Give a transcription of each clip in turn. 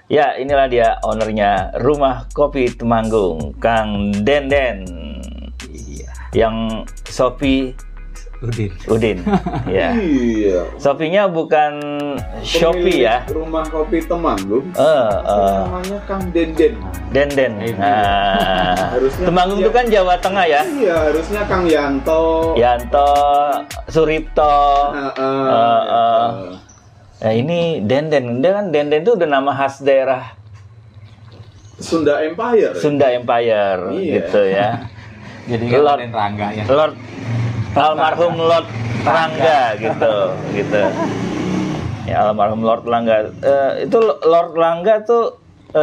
Ya, inilah dia ownernya Rumah Kopi Temanggung, Kang Denden. Iya. Yang Shopee Udin. Ya. Iya. Shopee-nya bukan Shopee ya. Rumah Kopi Temanggung. Namanya Kang Denden. Denden. Nah, Harusnya Temanggung itu kan Jawa Tengah ya. Iya, harusnya Kang Yanto. Suripto. Nah, ini Denden. Dia kan Denden itu udah nama khas daerah Sunda Empire. Iya. Gitu ya. Jadi Lord Rangga ya. Lord almarhum Lord Rangga gitu. Ya, almarhum Lord Rangga. Itu Lord Rangga tuh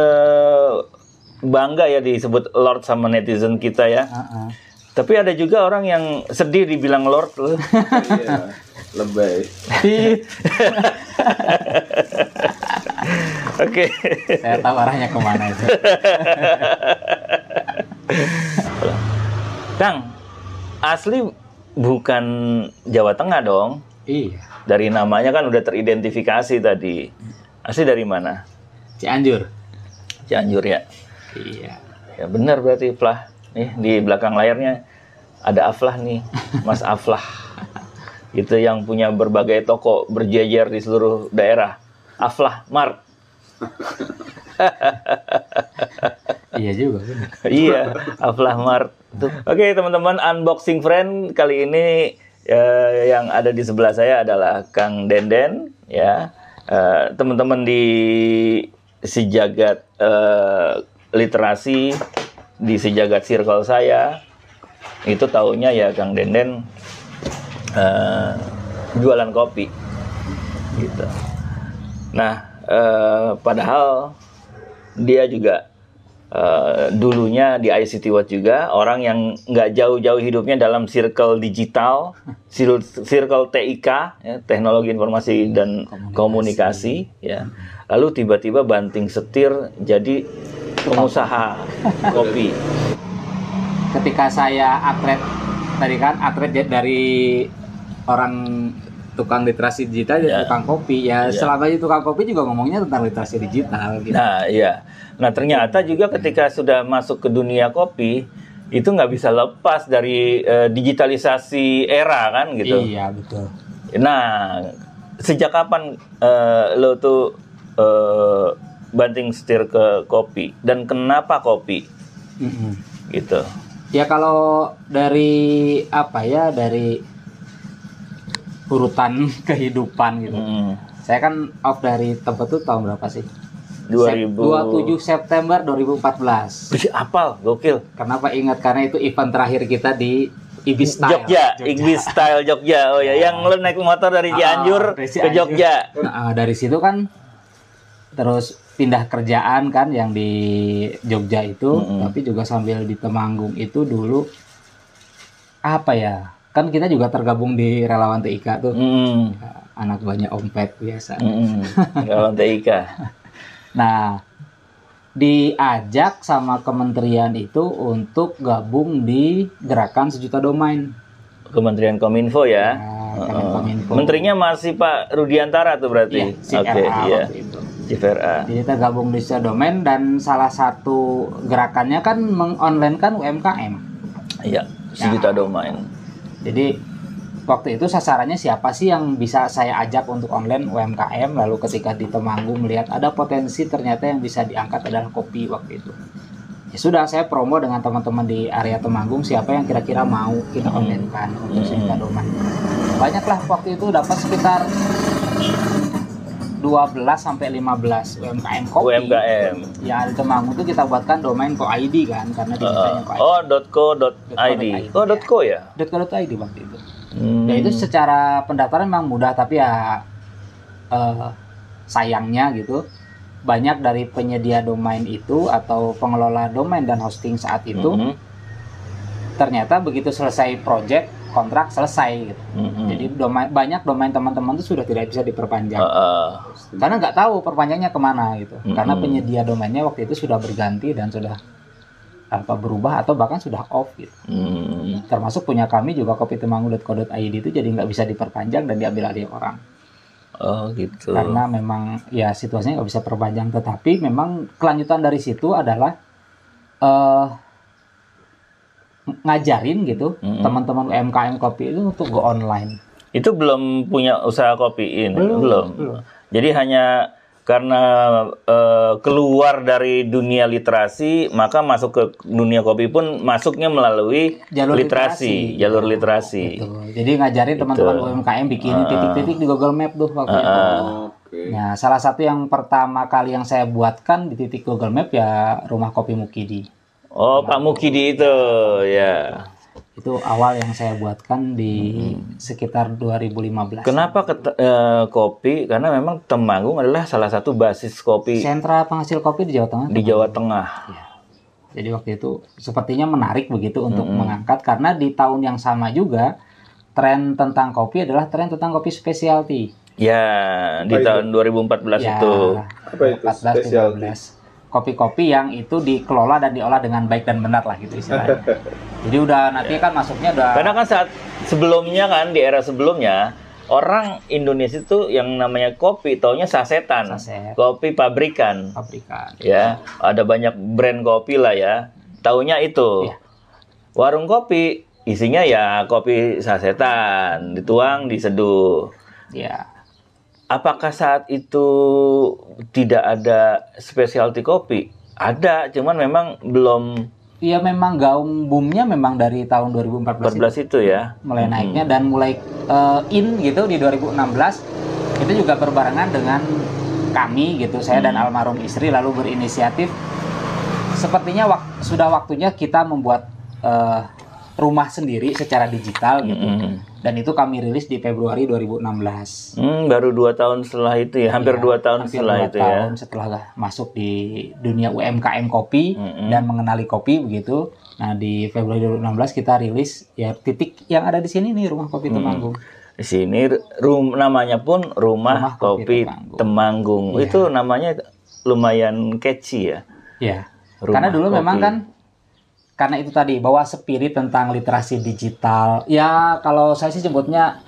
bangga ya disebut Lord sama netizen kita ya. Tapi ada juga orang yang sedih dibilang Lord. Iya, lebay. Oke. Saya tahu arahnya kemana itu. Kang, asli bukan Jawa Tengah dong? Iya. Dari namanya kan udah teridentifikasi tadi. Asli dari mana? Cianjur. Cianjur ya? Iya. Ya benar berarti Aflah. Nih di belakang layarnya ada Aflah nih, Mas Aflah. Itu yang punya berbagai toko berjejer di seluruh daerah. Aflah Mart. Iya juga benar. Iya, Aflah Mart. Oke teman-teman, unboxing friend kali ini yang ada di sebelah saya adalah Kang Denden ya. Teman-teman di sejagat literasi, di sejagat circle saya itu taunya ya Kang Denden jualan kopi gitu. Nah, padahal dia juga dulunya di ICT Watch juga orang yang nggak jauh-jauh hidupnya dalam circle digital, circle TIK, ya, teknologi informasi dan komunikasi ya. Lalu tiba-tiba banting setir jadi pengusaha kopi. Ketika saya atlet tadi kan dari orang tukang literasi digital jadi tukang kopi ya. Selama itu tukang kopi juga ngomongnya tentang literasi digital gitu. Nah iya, nah ternyata juga ketika sudah masuk ke dunia kopi itu nggak bisa lepas dari digitalisasi era kan gitu. Iya betul. Nah sejak kapan lo tuh banting setir ke kopi dan kenapa kopi gitu? Ya kalau dari apa ya, dari urutan kehidupan gitu. Saya kan off dari tempat itu tahun berapa sih? 27 September 2014. Bisa apal, gokil. Kenapa ingat? Karena itu event terakhir kita di Ibis Style. Jogja. Ibis Style Jogja. Oh ya, yang lo naik motor dari Cianjur ke Jogja. Nah, dari situ kan terus pindah kerjaan kan yang di Jogja itu, tapi juga sambil di Temanggung itu dulu apa ya? Kan kita juga tergabung di relawan TIK tuh. Anak banyak ompet biasa. Relawan TIK. Nah, diajak sama kementerian itu untuk gabung di gerakan 1 juta domain. Kementerian Kominfo ya. Kominfo. Menterinya masih Pak Rudiantara tuh berarti. Oke, iya. Chief RA. Jadi kita gabung di 1 juta domain dan salah satu gerakannya kan mengonline kan UMKM. Iya, 1 juta domain. Jadi waktu itu sasarannya siapa sih yang bisa saya ajak untuk online UMKM. Lalu ketika di Temanggung melihat ada potensi ternyata yang bisa diangkat adalah kopi waktu itu. Ya sudah, saya promo dengan teman-teman di area Temanggung siapa yang kira-kira mau kita online-kan untuk 1 juta domain. Banyaklah waktu itu dapat sekitar 12 sampai 15 UMKM kopi. UMKM. Yang ada di Temanggung itu kita buatkan domain .id kan karena dimintanya .id. .co.id. Oh, .co ya? .co.id waktu itu. Ya itu secara pendaftaran memang mudah, tapi ya sayangnya gitu banyak dari penyedia domain itu atau pengelola domain dan hosting saat itu ternyata begitu selesai project kontrak selesai gitu. Jadi banyak domain teman-teman itu sudah tidak bisa diperpanjang karena nggak tahu perpanjangnya kemana gitu. Karena penyedia domainnya waktu itu sudah berganti dan sudah berubah atau bahkan sudah off gitu. Termasuk punya kami juga kopitemanggung.co.id itu jadi nggak bisa diperpanjang dan diambil alih orang. Oh gitu. Karena memang ya situasinya nggak bisa perpanjang, tetapi memang kelanjutan dari situ adalah ngajarin gitu teman-teman UMKM kopi itu untuk go online. Itu belum punya usaha kopiin, belum. Jadi hanya karena keluar dari dunia literasi, maka masuk ke dunia kopi pun masuknya melalui jalur literasi. Gitu. Jadi ngajarin teman-teman UMKM bikin titik-titik di Google Map tuh waktu itu. Nah, salah satu yang pertama kali yang saya buatkan di titik Google Map ya rumah kopi Mukidi. Oh, Pak Mukidi itu, ya. Itu awal yang saya buatkan di sekitar 2015. Kenapa kopi? Karena memang Temanggung adalah salah satu basis kopi. Sentra penghasil kopi di Jawa Tengah. Di Jawa Tengah. Ya. Jadi waktu itu sepertinya menarik begitu untuk mengangkat, karena di tahun yang sama juga tren tentang kopi adalah tren tentang kopi specialty. Ya, di tahun 2014 ya, itu. Apa itu 14-15. Kopi-kopi yang itu dikelola dan diolah dengan baik dan benar lah gitu istilahnya. Jadi udah nanti kan masuknya udah. Karena kan saat sebelumnya kan di era sebelumnya orang Indonesia itu yang namanya kopi taunya sasetan, kopi pabrikan. Ya, ada banyak brand kopi lah ya. Taunya itu. Ya. Warung kopi isinya ya kopi sasetan, dituang, diseduh. Ya. Apakah saat itu tidak ada specialty kopi? Ada, cuman memang belum. Iya, memang gaung boomnya memang dari tahun 2014 itu ya. Mulai naiknya dan mulai in gitu di 2016. Itu juga berbarengan dengan kami gitu, saya dan almarhum istri lalu berinisiatif. Sepertinya sudah waktunya kita membuat rumah sendiri secara digital gitu. Dan itu kami rilis di Februari 2016. Baru 2 tahun setelah itu ya, hampir 2 tahun setelah itu ya. Hampir 2 tahun setelah masuk di dunia UMKM kopi dan mengenali kopi begitu. Nah, di Februari 2016 kita rilis ya titik yang ada di sini nih, Rumah Kopi Temanggung. Di sini namanya pun Rumah Kopi Temanggung. Ya. Itu namanya lumayan catchy ya. Iya. Karena dulu memang kan karena itu tadi bawa spirit tentang literasi digital. Ya kalau saya sih sebutnya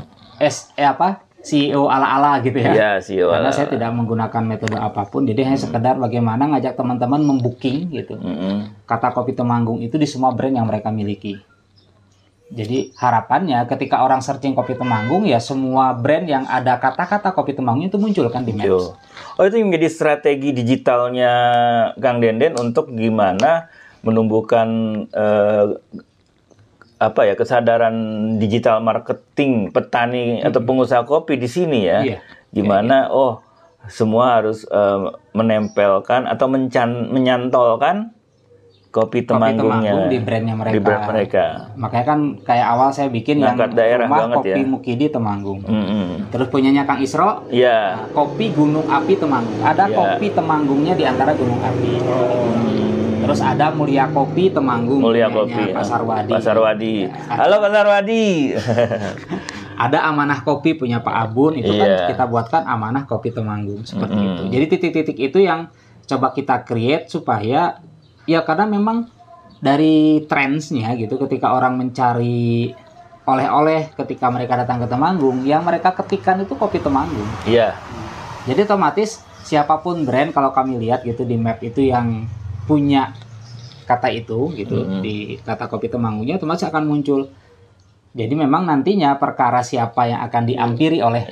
CEO ala-ala gitu ya. Iya, CEO Karena ala-ala. saya tidak menggunakan metode apapun. Jadi hanya sekedar bagaimana ngajak teman-teman membooking gitu. Kata Kopi Temanggung itu di semua brand yang mereka miliki. Jadi harapannya ketika orang searching Kopi Temanggung ya semua brand yang ada kata-kata Kopi Temanggung itu muncul kan di Maps. Oh, itu yang menjadi strategi digitalnya Kang Denden untuk gimana menumbuhkan kesadaran digital marketing petani atau pengusaha kopi di sini ya. Iya. Gimana semua harus menempelkan atau menyantolkan kopi Temanggungnya di brandnya mereka. Di brand mereka. Makanya kan kayak awal saya bikin Ngangkat yang daerah Rumah Kopi ya. Mukidi Temanggung. Terus punyanya Kang Isro. Iya. Kopi Gunung Api Temanggung. Ada kopi Temanggungnya di antara Gunung Api. Terus ada Mulia Kopi Temanggung. Mulia Kopi. Pasar Wadi. Pasar Wadi. Halo Pasar Wadi. Ada Amanah Kopi punya Pak Abun. Itu kan kita buatkan Amanah Kopi Temanggung seperti itu. Jadi titik-titik itu yang coba kita create supaya ya karena memang dari trendsnya gitu ketika orang mencari oleh-oleh ketika mereka datang ke Temanggung, yang mereka ketikkan itu kopi Temanggung. Iya. Jadi otomatis siapapun brand kalau kami lihat gitu di map itu yang punya kata itu gitu di kata kopi Temanggungnya otomatis akan muncul. Jadi memang nantinya perkara siapa yang akan diampiri oleh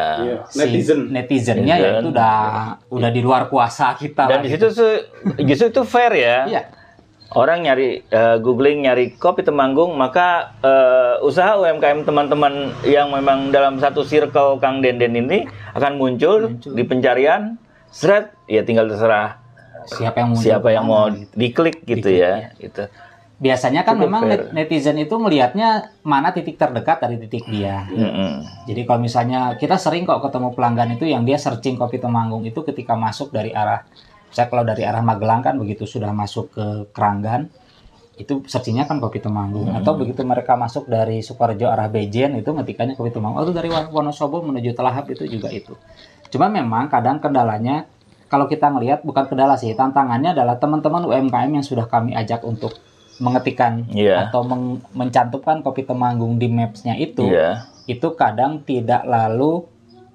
netizennya ya itu udah di luar kuasa kita. Dan di situ justru itu fair ya. Iya. Orang nyari googling nyari kopi Temanggung, maka usaha UMKM teman-teman yang memang dalam satu circle Kang Denden ini akan muncul di pencarian, ya tinggal terserah siapa yang mau diklik gitu ya. Gitu. Biasanya kan memang netizen itu melihatnya mana titik terdekat dari titik dia. Jadi kalau misalnya kita sering kok ketemu pelanggan itu yang dia searching kopi Temanggung itu ketika masuk dari arah, misalnya kalau dari arah Magelang kan begitu sudah masuk ke Keranggan itu searchingnya kan kopi Temanggung. Atau begitu mereka masuk dari Sukoharjo arah Bejen itu ngetikannya kopi Temanggung. Atau dari Wonosobo menuju Telahap itu juga itu. Cuma memang kadang kendalanya kalau kita ngelihat bukan kendala sih, tantangannya adalah teman-teman UMKM yang sudah kami ajak untuk mengetikkan atau mencantumkan kopi Temanggung di maps-nya itu kadang tidak lalu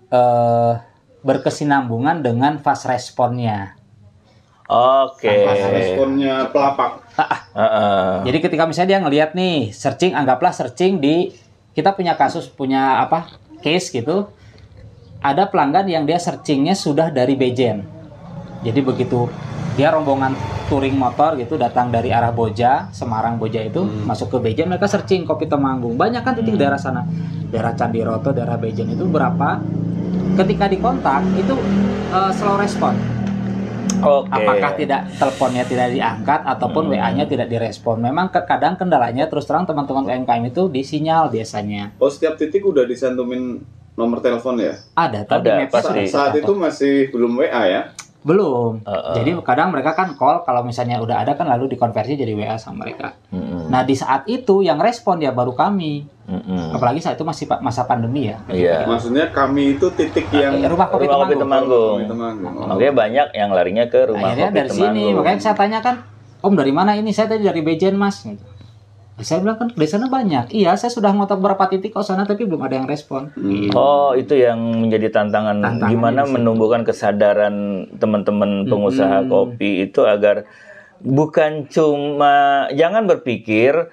berkesinambungan dengan fast responnya. Oke. Fast responnya pelapak. Jadi ketika misalnya dia ngelihat nih searching, anggaplah searching di, kita punya kasus, punya case gitu, ada pelanggan yang dia searchingnya sudah dari Bejen. Jadi begitu dia rombongan touring motor gitu datang dari arah Boja, Semarang Boja itu masuk ke Bejen, mereka searching Kopi Temanggung. Banyak kan titik daerah sana, daerah Candiroto, daerah Bejen itu berapa. Ketika dikontak itu slow respon. Apakah teleponnya tidak diangkat ataupun WA-nya tidak direspon. Memang kadang kendalanya terus terang teman-teman UMKM itu di sinyal biasanya. Oh, setiap titik udah disantumin nomor telepon ya? Ada, tapi saat itu masih belum WA ya? Belum. Jadi kadang mereka kan call, kalau misalnya udah ada kan lalu dikonversi jadi WA sama mereka. Nah di saat itu yang respon ya baru kami. Apalagi saat itu masih masa pandemi ya. Iya. Maksudnya kami itu titik yang rumah Kopi Temanggung. Makanya banyak yang larinya ke rumah Kopi Temanggung. Dari sini, makanya saya tanya kan, Om dari mana ini? Saya tadi dari Bejen Mas. Gitu. Saya bilang kan di sana banyak. Iya, saya sudah ngotak beberapa titik ke sana tapi belum ada yang respon. Oh, itu yang menjadi tantangan gimana menumbuhkan kesadaran teman-teman pengusaha kopi itu agar bukan cuma jangan berpikir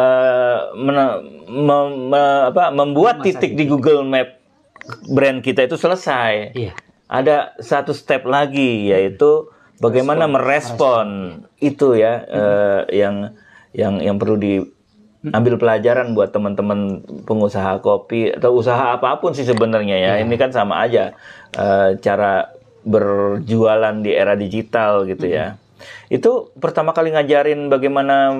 membuat titik di Google Map brand kita itu selesai. Iya. Ada satu step lagi yaitu bagaimana merespon itu ya yang perlu diambil pelajaran buat teman-teman pengusaha kopi atau usaha apapun sih sebenarnya ya. Ini kan sama aja cara berjualan di era digital gitu ya. Itu pertama kali ngajarin bagaimana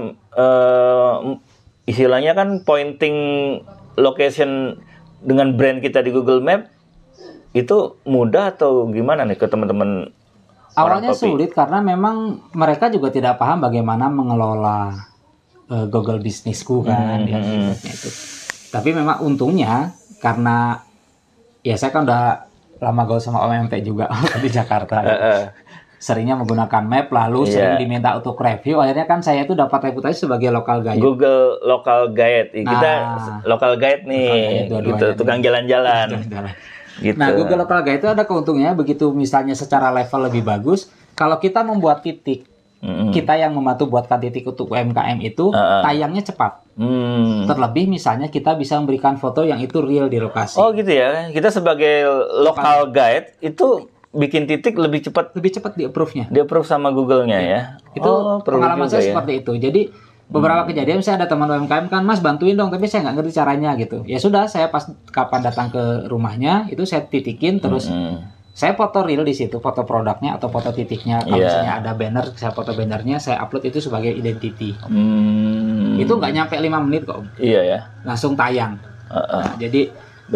istilahnya kan pointing location dengan brand kita di Google Map itu mudah atau gimana nih ke teman-teman? Awalnya sulit karena memang mereka juga tidak paham bagaimana mengelola Google bisnisku kan itu. Tapi memang untungnya karena ya saya kan udah lama gaul sama Om MP juga di Jakarta. Seringnya menggunakan map lalu sering diminta untuk review. Akhirnya kan saya itu dapat reputasi sebagai local guide. Google local guide. Kita local guide nih, gitu, tukang jalan-jalan. Gitu. Nah, Google local guide itu ada keuntungannya begitu misalnya secara level lebih bagus. Kalau kita membuat titik kita yang membantu buatkan titik untuk UMKM itu tayangnya cepat. Terlebih misalnya kita bisa memberikan foto yang itu real di lokasi. Oh gitu ya. Kita sebagai local guide itu bikin titik lebih cepat di approve-nya. Di approve sama Google-nya ya. Itu pengalaman saya seperti itu. Jadi beberapa kejadian saya ada teman UMKM kan, Mas bantuin dong, tapi saya nggak ngerti caranya gitu. Ya sudah, saya pas kapan datang ke rumahnya itu saya titikin terus. Saya foto real di situ, foto produknya atau foto titiknya. Kalau misalnya ada banner, saya foto bannernya, saya upload itu sebagai identity. Itu nggak nyampe 5 menit kok. Iya ya. Langsung tayang. Nah, jadi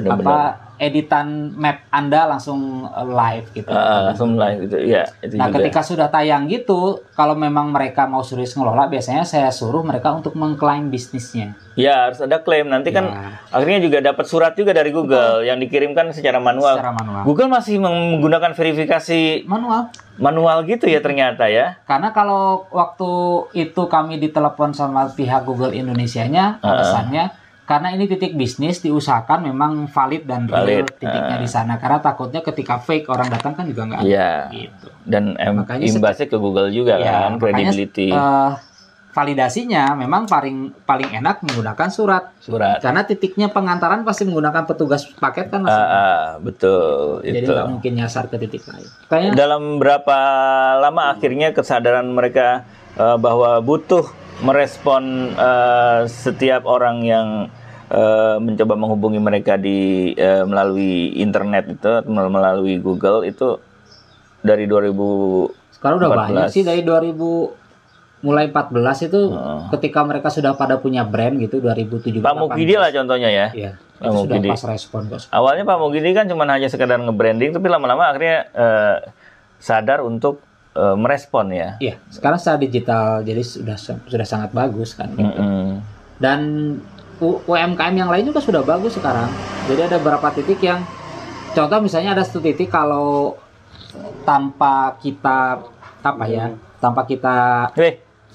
editan map Anda langsung live gitu. Langsung live gitu. Ya, itu nah, juga. ketika sudah tayang gitu, kalau memang mereka mau serius ngelola, biasanya saya suruh mereka untuk mengklaim bisnisnya. Ya, harus ada klaim. Nanti kan akhirnya juga dapat surat juga dari Google yang dikirimkan secara manual. Google masih menggunakan verifikasi manual gitu ya ternyata ya. Karena kalau waktu itu kami ditelepon sama pihak Google Indonesianya, alasannya karena ini titik bisnis diusahakan memang valid dan real titiknya di sana. Karena takutnya ketika fake orang datang kan juga nggak ada. Gitu. Dan imbasnya ke Google juga kan, credibility. Validasinya memang paling enak menggunakan surat. Karena titiknya pengantaran pasti menggunakan petugas paket kan langsung. Betul. Jadi nggak mungkin nyasar ke titik lain. Kayaknya dalam berapa lama akhirnya kesadaran mereka bahwa butuh merespon setiap orang yang mencoba menghubungi mereka di melalui internet itu, melalui Google itu dari 2014. Sekarang udah banyak sih dari 2000 mulai 14 itu ketika mereka sudah pada punya brand gitu 2017. Pak Mukidi lah contohnya ya. Iya. Pak Mukidi. Pas respon bos. Awalnya Pak Mukidi kan cuma hanya sekedar nge-branding, tapi lama-lama akhirnya sadar untuk merespon ya. Iya. Sekarang secara digital jadi sudah sangat bagus kan. Gitu. Dan UMKM yang lain juga sudah bagus sekarang. Jadi ada beberapa titik yang contoh misalnya ada satu titik kalau tanpa kita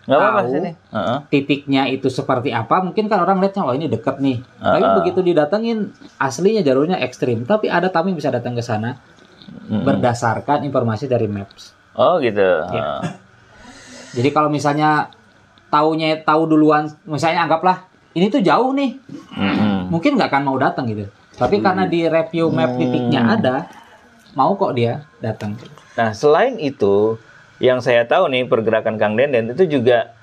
Nggak apa-apa tahu sini. titiknya itu seperti apa, mungkin kan orang lihatnya ini deket nih. Tapi begitu didatengin aslinya jalurnya ekstrim. Tapi ada tamu yang bisa datang ke sana berdasarkan informasi dari Maps. Oh gitu. Ya. Jadi kalau misalnya tahu duluan, misalnya anggaplah ini tuh jauh nih, mungkin nggak akan mau datang gitu. Tapi karena di review map titiknya ada, mau kok dia datang. Nah selain itu, yang saya tahu nih pergerakan Kang Denden itu juga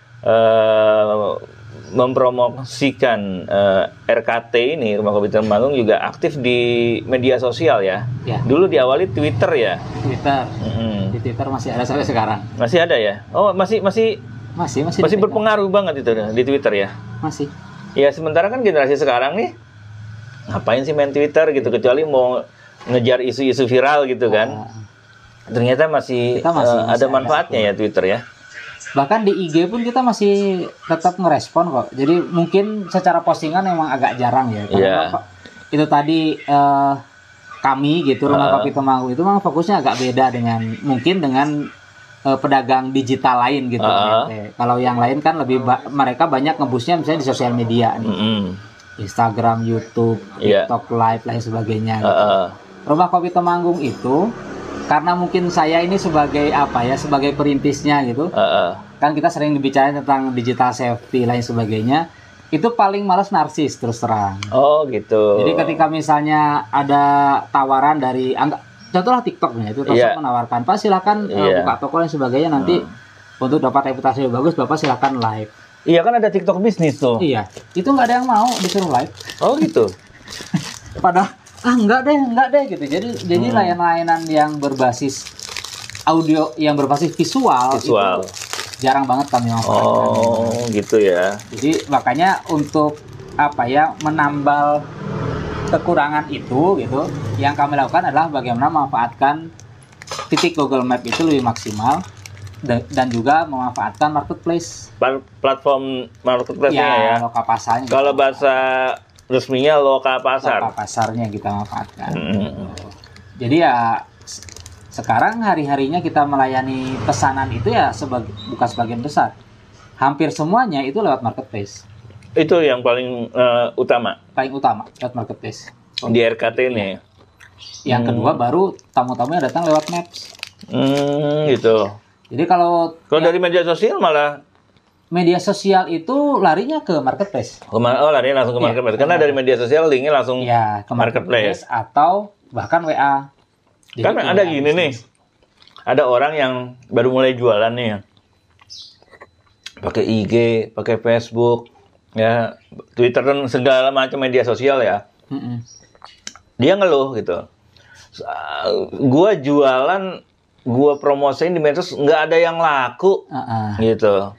mempromosikan RKT ini, Rumah Kopi Temanggung, juga aktif di media sosial ya. Dulu diawali Twitter ya. Twitter. Di Twitter masih ada sampai sekarang. Masih ada ya? Oh masih berpengaruh banget itu di Twitter ya. Masih. Ya sementara kan generasi sekarang nih ngapain sih main Twitter gitu, kecuali mau ngejar isu-isu viral gitu kan. Ternyata masih ada manfaatnya ya Twitter ya. Bahkan di IG pun kita masih tetap ngerespon kok. Jadi mungkin secara postingan memang agak jarang ya. Karena itu tadi kami gitu, Rumah Kopi Temanggung itu memang fokusnya agak beda dengan pedagang digital lain gitu. Kalau yang lain kan lebih mereka banyak ngebusnya misalnya di sosial media nih. Instagram, YouTube, TikTok Live lain sebagainya gitu. Rumah Kopi Temanggung itu karena mungkin saya ini sebagai sebagai perintisnya gitu, kan kita sering dibicarain tentang digital safety lain sebagainya, itu paling males narsis terus terang. Oh gitu. Jadi ketika misalnya ada tawaran dari contohlah TikTok nih, itu menawarkan, Pak silakan buka toko dan sebagainya, nanti untuk dapat reputasi yang bagus Bapak silakan live. Iya kan ada TikTok bisnis tuh. Iya, itu nggak ada yang mau disuruh live. Oh gitu. Padahal enggak deh gitu. Jadi layanan yang berbasis audio, yang berbasis visual. Itu jarang banget kami manfaatkan. Oh, gitu ya. Jadi makanya untuk menambal kekurangan itu gitu, yang kami lakukan adalah bagaimana memanfaatkan titik Google Map itu lebih maksimal dan juga memanfaatkan marketplace. Platform marketplace-nya ya. Lokapasarnya. Kalau bahasa resminya Lokapasar. Lokapasarnya kita manfaatkan. Jadi ya sekarang hari-harinya kita melayani pesanan itu ya bukan sebagian besar. Hampir semuanya itu lewat marketplace. Itu yang paling utama. Paling utama lewat marketplace. Di RKT ini. Yang kedua baru tamu-tamunya datang lewat Maps. Gitu. Jadi kalau dari media sosial malah media sosial itu larinya ke marketplace. Larinya langsung ke marketplace. Karena dari media sosial linknya langsung ke marketplace atau bahkan WA. Jadi kan ada gini nih. Ada orang yang baru mulai jualan nih. Pakai IG, pakai Facebook, ya, Twitter dan segala macam media sosial ya. Dia ngeluh gitu. Gua jualan, gua promosiin di medsos, nggak ada yang laku, gitu.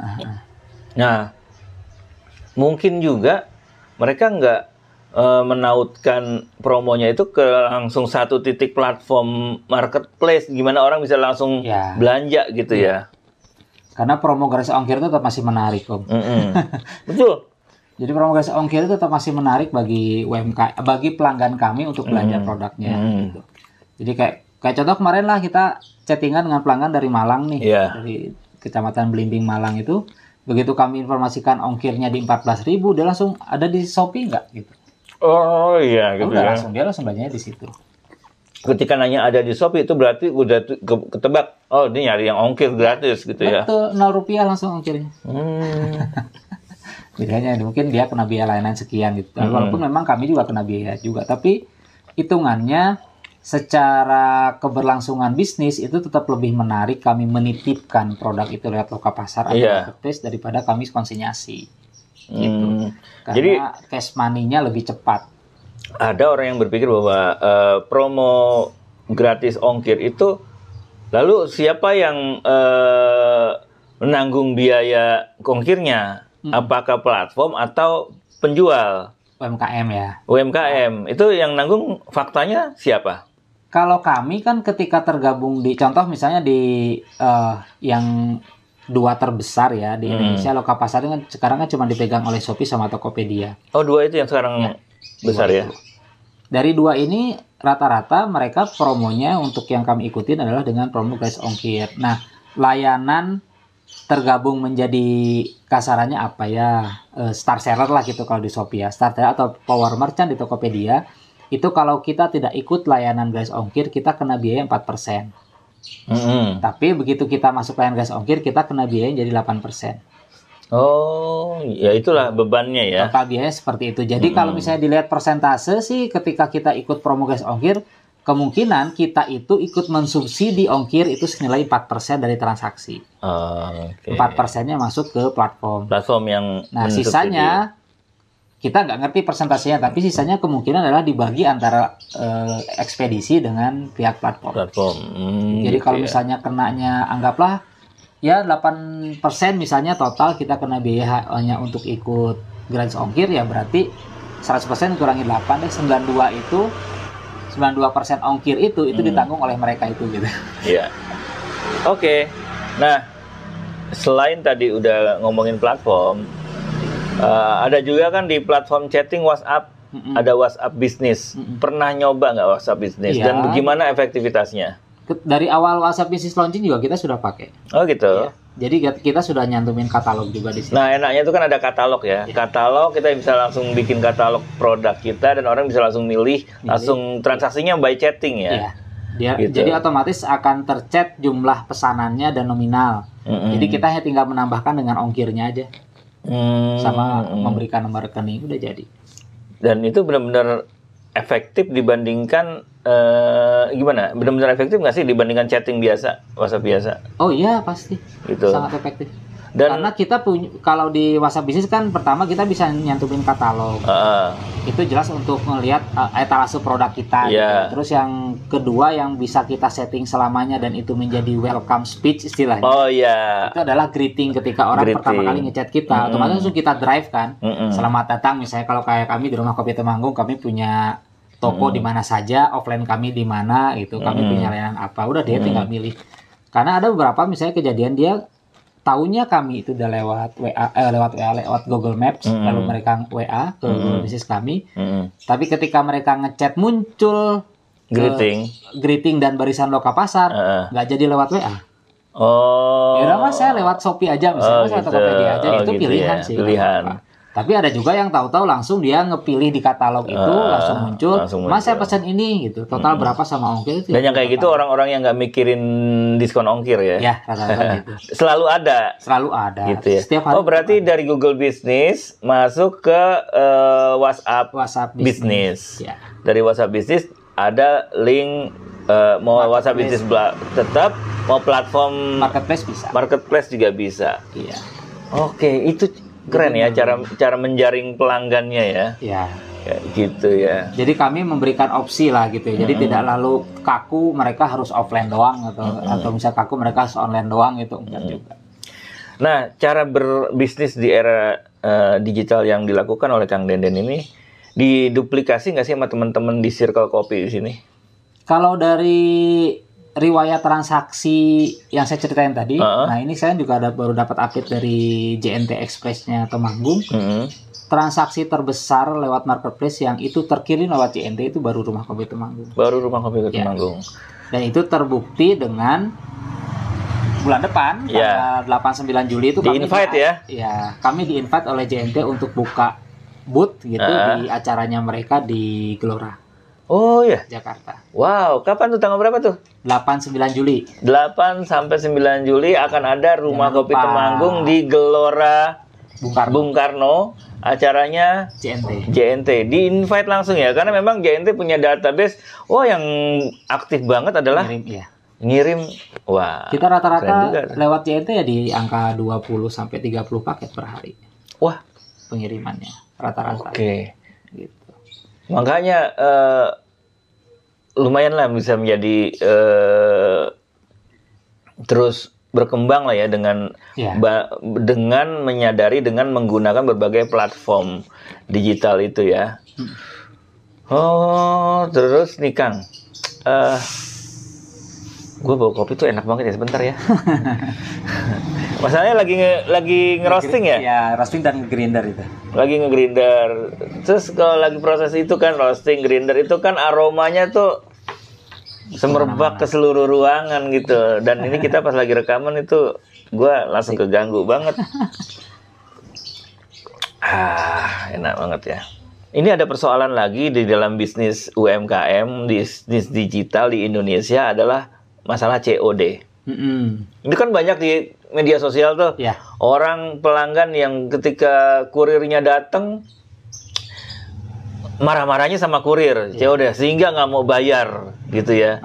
Nah, mungkin juga mereka nggak menautkan promonya itu ke langsung satu titik platform marketplace, gimana orang bisa langsung belanja gitu ya. Karena promo gratis ongkir itu tetap masih menarik, Om. Betul. Jadi promo gratis ongkir itu tetap masih menarik bagi bagi pelanggan kami untuk belanja produknya. Gitu. Jadi kayak contoh kemarin lah kita chattingan dengan pelanggan dari Malang nih, dari Kecamatan Belimbing Malang itu. Begitu kami informasikan ongkirnya di 14.000, dia langsung ada di Shopee nggak gitu. Oh iya gitu ya. Dia langsung belanjanya di situ. Ketika nanya ada di Shopee itu berarti udah ketebak, oh ini nyari yang ongkir gratis gitu ya. Betul, 0 rupiah langsung ongkirnya. Bedanya mungkin dia kena biaya layanan sekian gitu. Walaupun memang kami juga kena biaya juga, tapi hitungannya secara keberlangsungan bisnis itu tetap lebih menarik kami menitipkan produk itu lewat Lokapasar atau marketplace daripada kami konsinyasi. Gitu. Karena jadi cash money-nya lebih cepat. Ada orang yang berpikir bahwa promo gratis ongkir itu, lalu siapa yang menanggung biaya ongkirnya? Apakah platform atau penjual? UMKM ya. UMKM itu yang nanggung, faktanya siapa? Kalau kami kan ketika tergabung di contoh misalnya di yang dua terbesar ya di Indonesia, Lokapasar kan sekarang kan cuma dipegang oleh Shopee sama Tokopedia. Oh, dua itu yang sekarang besar ya. Dari dua ini rata-rata mereka promonya untuk yang kami ikutin adalah dengan promo gratis ongkir. Nah, layanan tergabung menjadi kasarannya apa ya, star seller lah gitu kalau di Shopee ya, star seller atau power merchant di Tokopedia, itu kalau kita tidak ikut layanan gratis ongkir kita kena biaya 4%. Tapi begitu kita masuk layanan gratis ongkir kita kena biaya jadi 8%. Oh, ya itulah bebannya ya. Total biaya seperti itu. Jadi kalau misalnya dilihat persentase sih, ketika kita ikut promo gratis ongkir, kemungkinan kita itu ikut mensubsidi ongkir itu senilai 4% dari transaksi. 4%-nya masuk ke platform. Platform yang sisanya kita nggak ngerti persentasenya, tapi sisanya kemungkinan adalah dibagi antara ekspedisi dengan pihak platform. Jadi kalau misalnya kenanya anggaplah ya 8% misalnya total kita kena biaya hanya untuk ikut gratis ongkir, ya berarti 100% kurangi 8 deh, 92% ongkir itu ditanggung oleh mereka itu gitu. Iya. Oke. Nah, selain tadi udah ngomongin platform, ada juga kan di platform chatting WhatsApp, ada WhatsApp Business. Pernah nyoba nggak WhatsApp Business? Iya. Dan bagaimana efektivitasnya? Dari awal WhatsApp Business launching juga kita sudah pakai. Oh gitu. Ya. Jadi kita sudah nyantumin katalog juga di sini. Nah, enaknya itu kan ada katalog ya. Katalog kita bisa langsung bikin katalog produk kita dan orang bisa langsung milih. Langsung transaksinya by chatting ya. Iya. Jadi otomatis akan terchat jumlah pesanannya dan nominal. Jadi kita hanya tinggal menambahkan dengan ongkirnya aja. Sama memberikan nomor rekening, udah jadi. Dan itu benar-benar efektif dibandingkan gimana? Benar-benar efektif nggak sih dibandingkan chatting biasa, WhatsApp biasa? Oh iya pasti, gitu. Sangat efektif. Karena kita punya, kalau di WhatsApp Business kan pertama kita bisa nyantumin katalog. Itu jelas untuk melihat etalase produk kita. Gitu. Terus yang kedua yang bisa kita setting selamanya dan itu menjadi welcome speech istilahnya. Oh iya. Itu adalah greeting ketika orang pertama kali ngechat kita. Otomatis langsung kita drive kan. Selamat datang, misalnya kalau kayak kami di Rumah Kopi Temanggung, kami punya toko di mana saja, offline kami di mana gitu. Kami punya layanan apa. Udah dia tinggal milih. Karena ada beberapa misalnya kejadian dia tahunya kami itu udah lewat Google Maps, lalu mereka WA ke Google Business kami. Tapi ketika mereka ngechat muncul greeting dan barisan loka pasar, nggak jadi lewat WA. Oh. Ya udah mas, saya lewat Shopee aja misalnya, saya Tokopedia aja, itu gitu pilihan ya. sih. Pilihan. Tapi ada juga yang tahu-tahu langsung dia ngepilih di katalog itu langsung muncul. Mas saya pesan ini gitu. Total berapa sama ongkir itu. Dan yang kayak gitu orang-orang yang nggak mikirin diskon ongkir ya. Ya, rata-rata gitu. Selalu ada. Selalu ada. Gitu ya. Setiap hari. Oh, berarti dari Google Business masuk ke WhatsApp Business. Ya. Dari WhatsApp Business ada link mau WhatsApp Business tetap, mau platform Marketplace juga bisa. Iya. Oke, itu keren ya cara menjaring pelanggannya ya. Iya. Kayak gitu ya. Jadi kami memberikan opsi lah gitu ya. Jadi tidak lalu kaku mereka harus offline doang atau misal kaku mereka harus online doang gitu, enggak juga. Nah, cara berbisnis di era digital yang dilakukan oleh Kang Denden ini diduplikasi nggak sih sama teman-teman di Circle Kopi di sini? Kalau dari riwayat transaksi yang saya ceritain tadi, nah ini saya juga baru dapat update dari JNT Express-nya Temanggung. Transaksi terbesar lewat marketplace yang itu terkirim lewat JNT itu baru Rumah Kopi Temanggung. Baru Rumah Kopi Temanggung. Dan itu terbukti dengan bulan depan, tanggal 8-9 Juli itu kami di-invite oleh JNT untuk buka booth gitu di acaranya mereka di Gelora. Oh ya, Jakarta. Wow, kapan tuh, tanggal berapa tuh? 8-9 Juli. 8 sampai 9 Juli akan ada Rumah Kopi Temanggung di Gelora Bung Karno. Acaranya JNT. Di-invite langsung ya, karena memang JNT punya database. Oh, yang aktif banget adalah ngirim. Wah. Kita rata-rata lewat JNT ya di angka 20 sampai 30 paket per hari. Wah, pengirimannya rata-rata. Oke. Gitu. Makanya lumayan lah bisa menjadi terus berkembang lah ya dengan menyadari dengan menggunakan berbagai platform digital itu ya. Oh, terus nih Kang, gue bawa kopi tuh enak banget ya, sebentar ya. Masalahnya lagi ngerosting ya? Ya, roasting dan grinder itu. Lagi ngegrinder. Terus kalau lagi proses itu kan roasting, grinder itu kan aromanya tuh semerbak ke seluruh ruangan gitu. Dan ini kita pas lagi rekaman itu gue langsung keganggu banget. Enak banget ya. Ini ada persoalan lagi di dalam bisnis UMKM, bisnis digital di Indonesia adalah masalah COD. Ini kan banyak di media sosial tuh, orang pelanggan yang ketika kurirnya datang marah-marahnya sama kurir, COD, sehingga nggak mau bayar gitu ya.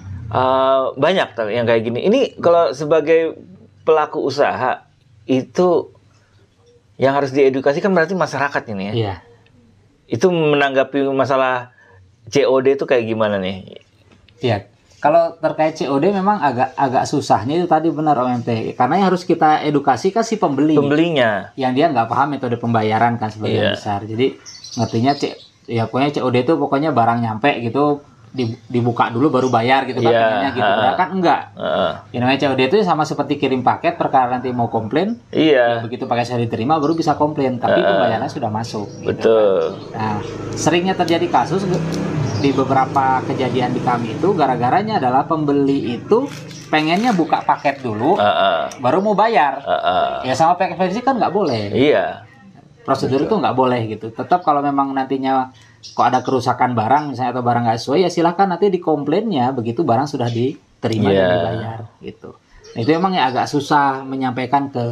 Banyak yang kayak gini. Ini kalau sebagai pelaku usaha itu yang harus diedukasi kan berarti masyarakat ini ya. Itu menanggapi masalah COD itu kayak gimana nih? Iya. Kalau terkait COD memang agak susahnya itu tadi benar OMT. Karena yang harus kita edukasi kan si pembelinya. Yang dia nggak paham metode pembayaran kan sebagian besar. Jadi ngertinya ya pokoknya COD itu pokoknya barang nyampe gitu dibuka dulu baru bayar gitu kan, gitu. Kan enggak. Yang namanya COD itu sama seperti kirim paket, perkara nanti mau komplain. Ya begitu paket saya diterima baru bisa komplain, tapi pembayarannya sudah masuk. Betul. Gitu kan. Nah, seringnya terjadi kasus di beberapa kejadian di kami itu gara-garanya adalah pembeli itu pengennya buka paket dulu, baru mau bayar. Ya sama pihak ekspedisi kan nggak boleh. Prosedur itu nggak boleh gitu. Tetap kalau memang nantinya kok ada kerusakan barang misalnya atau barang nggak sesuai, ya silahkan nanti dikomplainnya begitu barang sudah diterima dan dibayar gitu. Nah, itu emang ya agak susah menyampaikan ke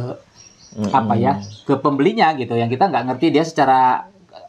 ke pembelinya gitu, yang kita nggak ngerti dia secara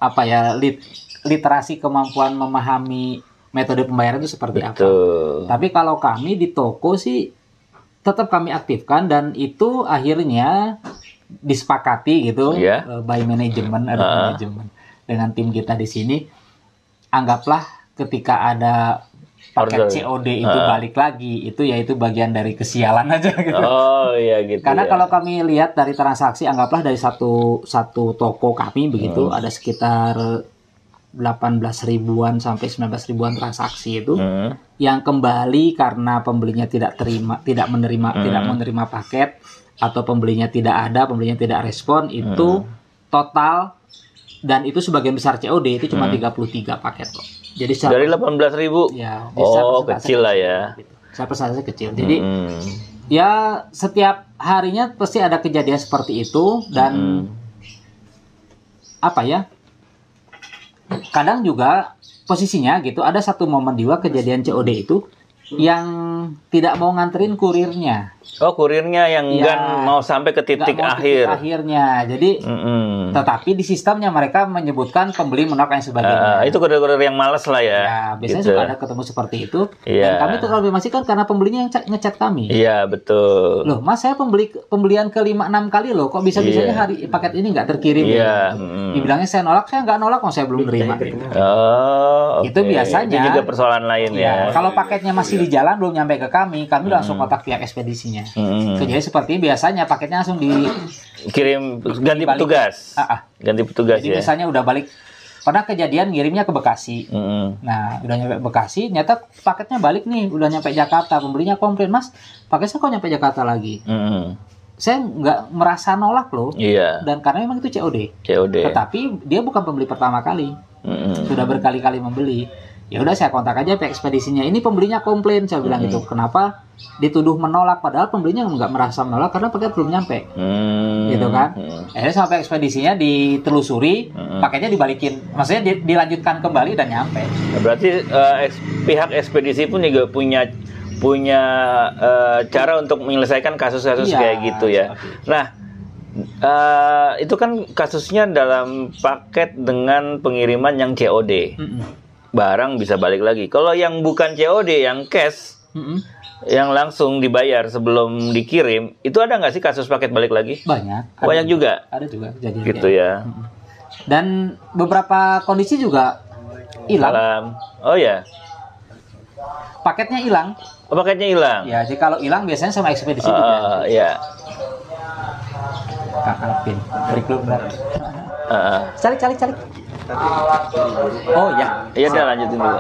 literasi kemampuan memahami metode pembayaran itu seperti apa. Tapi kalau kami di toko sih tetap kami aktifkan dan itu akhirnya disepakati gitu by manajemen, ada manajemen dengan tim kita di sini. Anggaplah ketika ada paket COD itu balik lagi, itu bagian dari kesialan aja gitu. Gitu. Karena kalau kami lihat dari transaksi, anggaplah dari satu toko kami begitu ada sekitar 18 ribuan sampai 19 ribuan transaksi itu yang kembali karena pembelinya tidak menerima paket atau pembelinya tidak respon, itu total, dan itu sebagian besar COD itu cuma 33 paket kok. Jadi dari 18.000 kecil lah ya. Saya persentase kecil. Jadi ya setiap harinya pasti ada kejadian seperti itu, dan kadang juga posisinya gitu ada satu momen juga kejadian COD itu yang tidak mau nganterin kurirnya. Kurirnya yang enggak mau sampai ke titik akhirnya. Jadi tetapi di sistemnya mereka menyebutkan pembeli menolak yang sebagainya. Itu kurir yang malas lah ya. Biasanya suka ada ketemu seperti itu. Dan kami tuh konfirmasikan karena pembelinya yang ngechat kami. Betul. Loh, Mas, saya pembelian ke 5-6 kali loh, kok bisa-bisanya hari paket ini nggak terkirim? Dibilangnya saya nolak saya nggak nolak, saya belum terima. Itu biasanya. Itu juga persoalan lain ya. Kalau paketnya masih di jalan belum nyampe ke kami langsung kontak pihak ekspedisinya. Jadi seperti biasanya paketnya langsung dikirim ganti petugas. Ganti petugas. Jadi misalnya udah balik, pernah kejadian ngirimnya ke Bekasi. Nah, udah nyampe Bekasi, nyata paketnya balik nih, udah nyampe Jakarta, pembelinya komplain, Mas, paketnya kok nyampe Jakarta lagi? Saya nggak merasa nolak loh. Dan karena memang itu COD. Tetapi dia bukan pembeli pertama kali. Sudah berkali-kali membeli. Ya udah, saya kontak aja pihak ekspedisinya. Ini pembelinya komplain, saya bilang gitu. Kenapa dituduh menolak padahal pembelinya nggak merasa menolak karena paket belum nyampe. Gitu kan. Akhirnya sampai ekspedisinya ditelusuri, paketnya dibalikin. Maksudnya dilanjutkan kembali dan nyampe. Berarti pihak ekspedisi pun juga punya cara untuk menyelesaikan kasus-kasus kayak gitu ya. Nah, itu kan kasusnya dalam paket dengan pengiriman yang COD. Barang bisa balik lagi. Kalau yang bukan COD, yang cash, yang langsung dibayar sebelum dikirim, itu ada nggak sih kasus paket balik lagi? Banyak juga. Ada juga kejadian gitu ya. Dan beberapa kondisi juga hilang. Paketnya hilang. Paketnya hilang. Ya, jadi kalau hilang biasanya sama ekspedisi juga. Kakak pin, break dulu bentar. Calik. Iya, udah lanjutin dulu.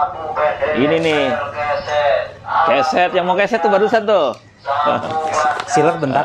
Ini nih keset, yang mau keset tuh barusan tuh. sealer bentar.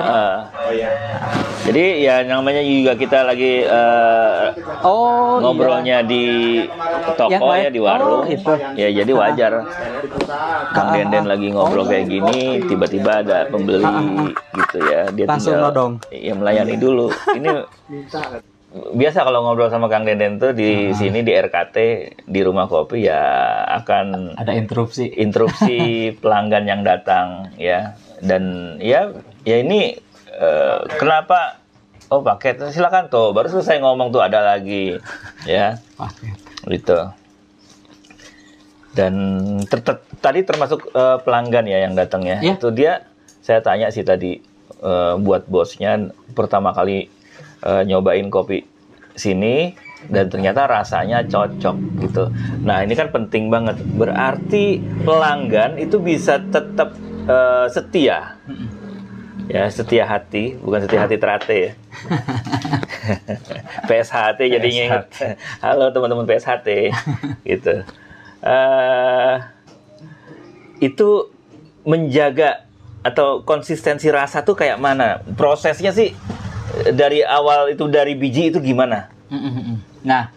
Jadi ya namanya juga kita lagi ngobrolnya di toko ya, di warung. Itu. Ya jadi wajar. Kang Denden lagi ngobrol kayak gini, tiba-tiba ada pembeli gitu ya. Dia langsung nodong. Ya melayani dulu. Ini biasa kalau ngobrol sama Kang Denden tuh di sini di RKT di rumah kopi ya akan ada interupsi pelanggan yang datang ya. Dan ya ini kenapa paket, silakan tuh, baru selesai ngomong tuh ada lagi ya paket gitu. Dan tadi termasuk pelanggan ya yang datang ya. Itu dia, saya tanya sih tadi buat bosnya pertama kali nyobain kopi sini dan ternyata rasanya cocok gitu. Nah ini kan penting banget, berarti pelanggan itu bisa tetap setia ya, setia hati, bukan setia hati terate ya. PSHT jadinya ingat. Halo teman-teman PSHT gitu. Itu menjaga atau konsistensi rasa tuh kayak mana? Prosesnya sih dari awal itu, dari biji itu gimana? Nah,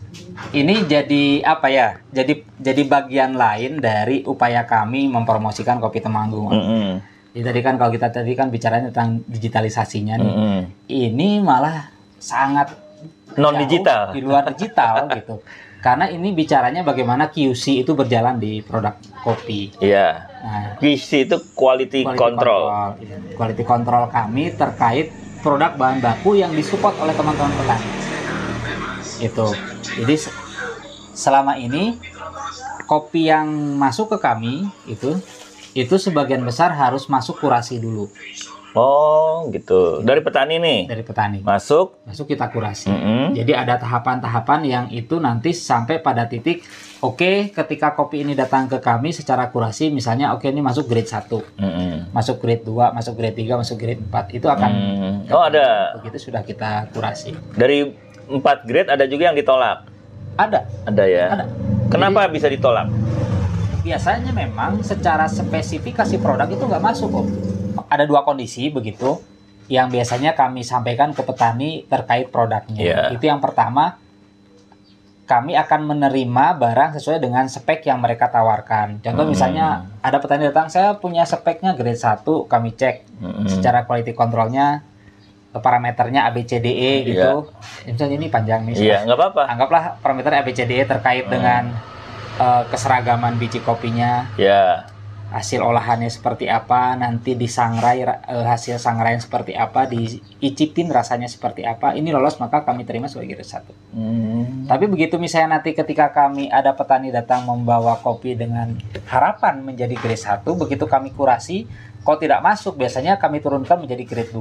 ini jadi apa ya? Jadi bagian lain dari upaya kami mempromosikan kopi Temanggung. Jadi tadi kan kalau kita tadi kan bicaranya tentang digitalisasinya nih. Ini malah sangat non digital, di luar digital gitu. Karena ini bicaranya bagaimana QC itu berjalan di produk kopi. Iya. Nah, QC itu quality control. Quality control kami terkait produk bahan baku yang disupport oleh teman-teman petani. Itu. Jadi selama ini kopi yang masuk ke kami itu sebagian besar harus masuk kurasi dulu. Oh, gitu. Dari petani nih. Dari petani. Masuk kita kurasi. Jadi ada tahapan-tahapan yang itu nanti sampai pada titik ketika kopi ini datang ke kami secara kurasi, misalnya ini masuk grade 1. Masuk grade 2, masuk grade 3, masuk grade 4. Itu akan ada. Begitu sudah kita kurasi. Dari 4 grade ada juga yang ditolak. Ada ya. Ada. Kenapa bisa ditolak? Biasanya memang secara spesifikasi produk itu nggak masuk, Om. Ada 2 kondisi begitu yang biasanya kami sampaikan ke petani terkait produknya. Itu yang pertama, kami akan menerima barang sesuai dengan spek yang mereka tawarkan. Contoh misalnya ada petani datang, saya punya speknya grade 1, kami cek secara quality controlnya, parameternya ABCDE gitu. Misalnya ini panjang nih. Iya, nggak apa-apa. Anggaplah parameter ABCDE terkait dengan keseragaman biji kopinya. Hasil olahannya seperti apa, nanti disangrai hasil sangraian seperti apa, diicipin rasanya seperti apa, ini lolos maka kami terima sebagai grade 1. Tapi begitu misalnya nanti ketika kami ada petani datang membawa kopi dengan harapan menjadi grade 1, begitu kami kurasi, kalau tidak masuk biasanya kami turunkan menjadi grade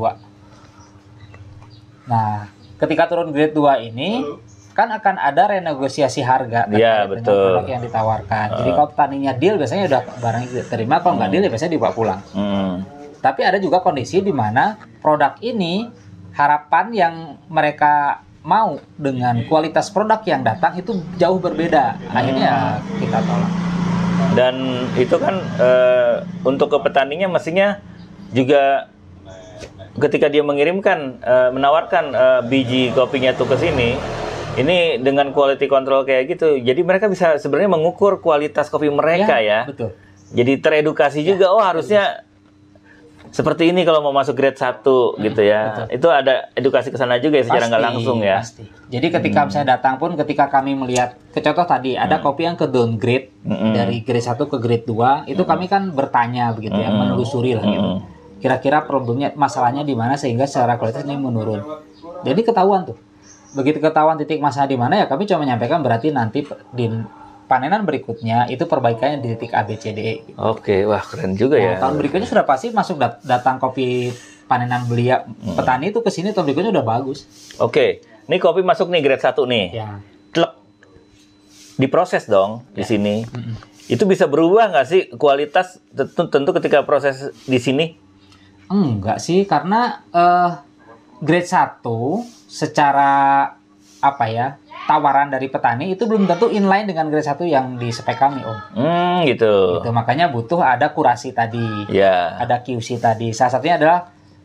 2. Nah, ketika turun grade 2 ini kan akan ada renegosiasi harga dengan produk yang ditawarkan. Jadi kalau petaninya deal biasanya udah barang diterima, kalau nggak deal ya biasanya dibawa pulang. Tapi ada juga kondisi di mana produk ini harapan yang mereka mau dengan kualitas produk yang datang itu jauh berbeda. Akhirnya kita tolak. Dan itu kan untuk ke petaninya mestinya juga ketika dia mengirimkan menawarkan biji kopinya tuh ke sini, ini dengan quality control kayak gitu, jadi mereka bisa sebenarnya mengukur kualitas kopi mereka ya. Betul. Jadi teredukasi juga, harusnya seperti ini kalau mau masuk grade 1 gitu ya. Betul. Itu ada edukasi ke sana juga ya secara nggak langsung ya. Pasti. Jadi ketika saya datang pun, ketika kami melihat, contoh tadi ada kopi yang ke downgrade dari grade 1 ke grade 2, itu kami kan bertanya begitu ya, menelusuri lah gitu. Kira-kira problemnya, masalahnya di mana sehingga secara kualitas ini menurun. Jadi ketahuan tuh. Begitu ketahuan titik masalah di mana ya kami cuma menyampaikan, berarti nanti di panenan berikutnya itu perbaikannya di titik ABCDE. Oke, wah keren juga ya. Tahun berikutnya sudah pasti masuk datang kopi panenan belia petani itu ke sini, tahun berikutnya udah bagus. Oke, ini kopi masuk nih grade 1 nih. Ya. Tlek. Diproses dong di sini. Itu bisa berubah nggak sih kualitas tentu ketika proses di sini? Enggak sih, karena grade 1 secara tawaran dari petani itu belum tentu inline dengan grade 1 yang di spek kami, Om. Gitu. Makanya butuh ada kurasi tadi. Yeah. Ada QC tadi. Salah satunya adalah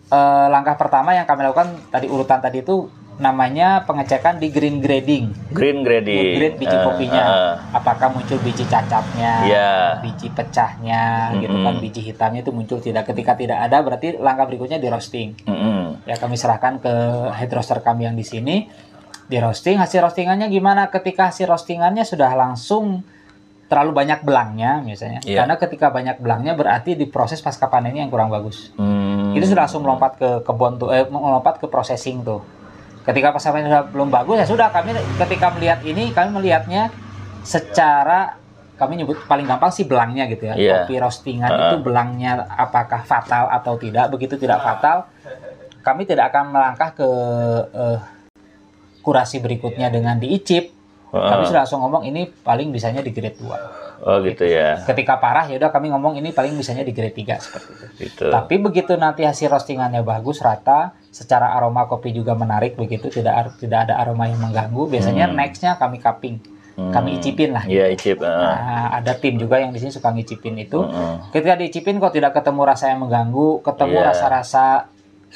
langkah pertama yang kami lakukan tadi urutan tadi itu namanya pengecekan di green grading. Green grading. Grade biji kopinya. Apakah muncul biji cacatnya, biji pecahnya, gitu kan, biji hitamnya itu muncul tidak. Ketika tidak ada, berarti langkah berikutnya di roasting. Ya kami serahkan ke head roaster kami yang di sini, di roasting. Hasil roastingannya gimana? Ketika hasil roastingannya sudah langsung terlalu banyak belangnya misalnya, karena ketika banyak belangnya berarti di proses pasca panennya yang kurang bagus. Itu sudah langsung melompat ke kebun tuh, melompat ke processing tuh. Ketika pasca panen sudah belum bagus, ya sudah, kami ketika melihat ini, kami melihatnya secara, kami nyebut paling gampang sih belangnya gitu ya. Kopi roastingan itu belangnya apakah fatal atau tidak. Begitu tidak fatal, kami tidak akan melangkah ke kurasi berikutnya dengan diicip. Kami sudah langsung ngomong ini paling bisanya di grade 2. Oh gitu ya. Ketika parah ya udah kami ngomong ini paling bisanya di grade 3 seperti itu. Gitu. Tapi begitu nanti hasil roastingannya bagus, rata, secara aroma kopi juga menarik begitu, tidak ada aroma yang mengganggu. Biasanya nextnya kami cupping, kami icipin lah. Iya, icip. Nah, ada tim juga yang di sini suka ngicipin itu. Ketika diicipin kok tidak ketemu rasa yang mengganggu, ketemu rasa-rasa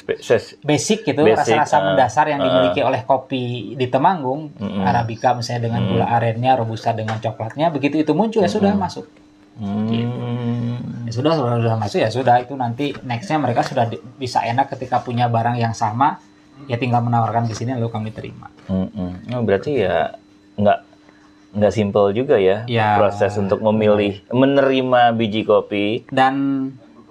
basic gitu, rasa-rasa mendasar yang dimiliki oleh kopi di Temanggung, Arabica misalnya dengan gula arennya, Robusta dengan coklatnya, begitu itu muncul ya sudah masuk. Gitu. Ya sudah masuk ya sudah, itu nanti nextnya mereka sudah bisa enak ketika punya barang yang sama, ya tinggal menawarkan di sini lalu kami terima. Oh, berarti ya nggak simpel juga ya proses untuk memilih, menerima biji kopi. Dan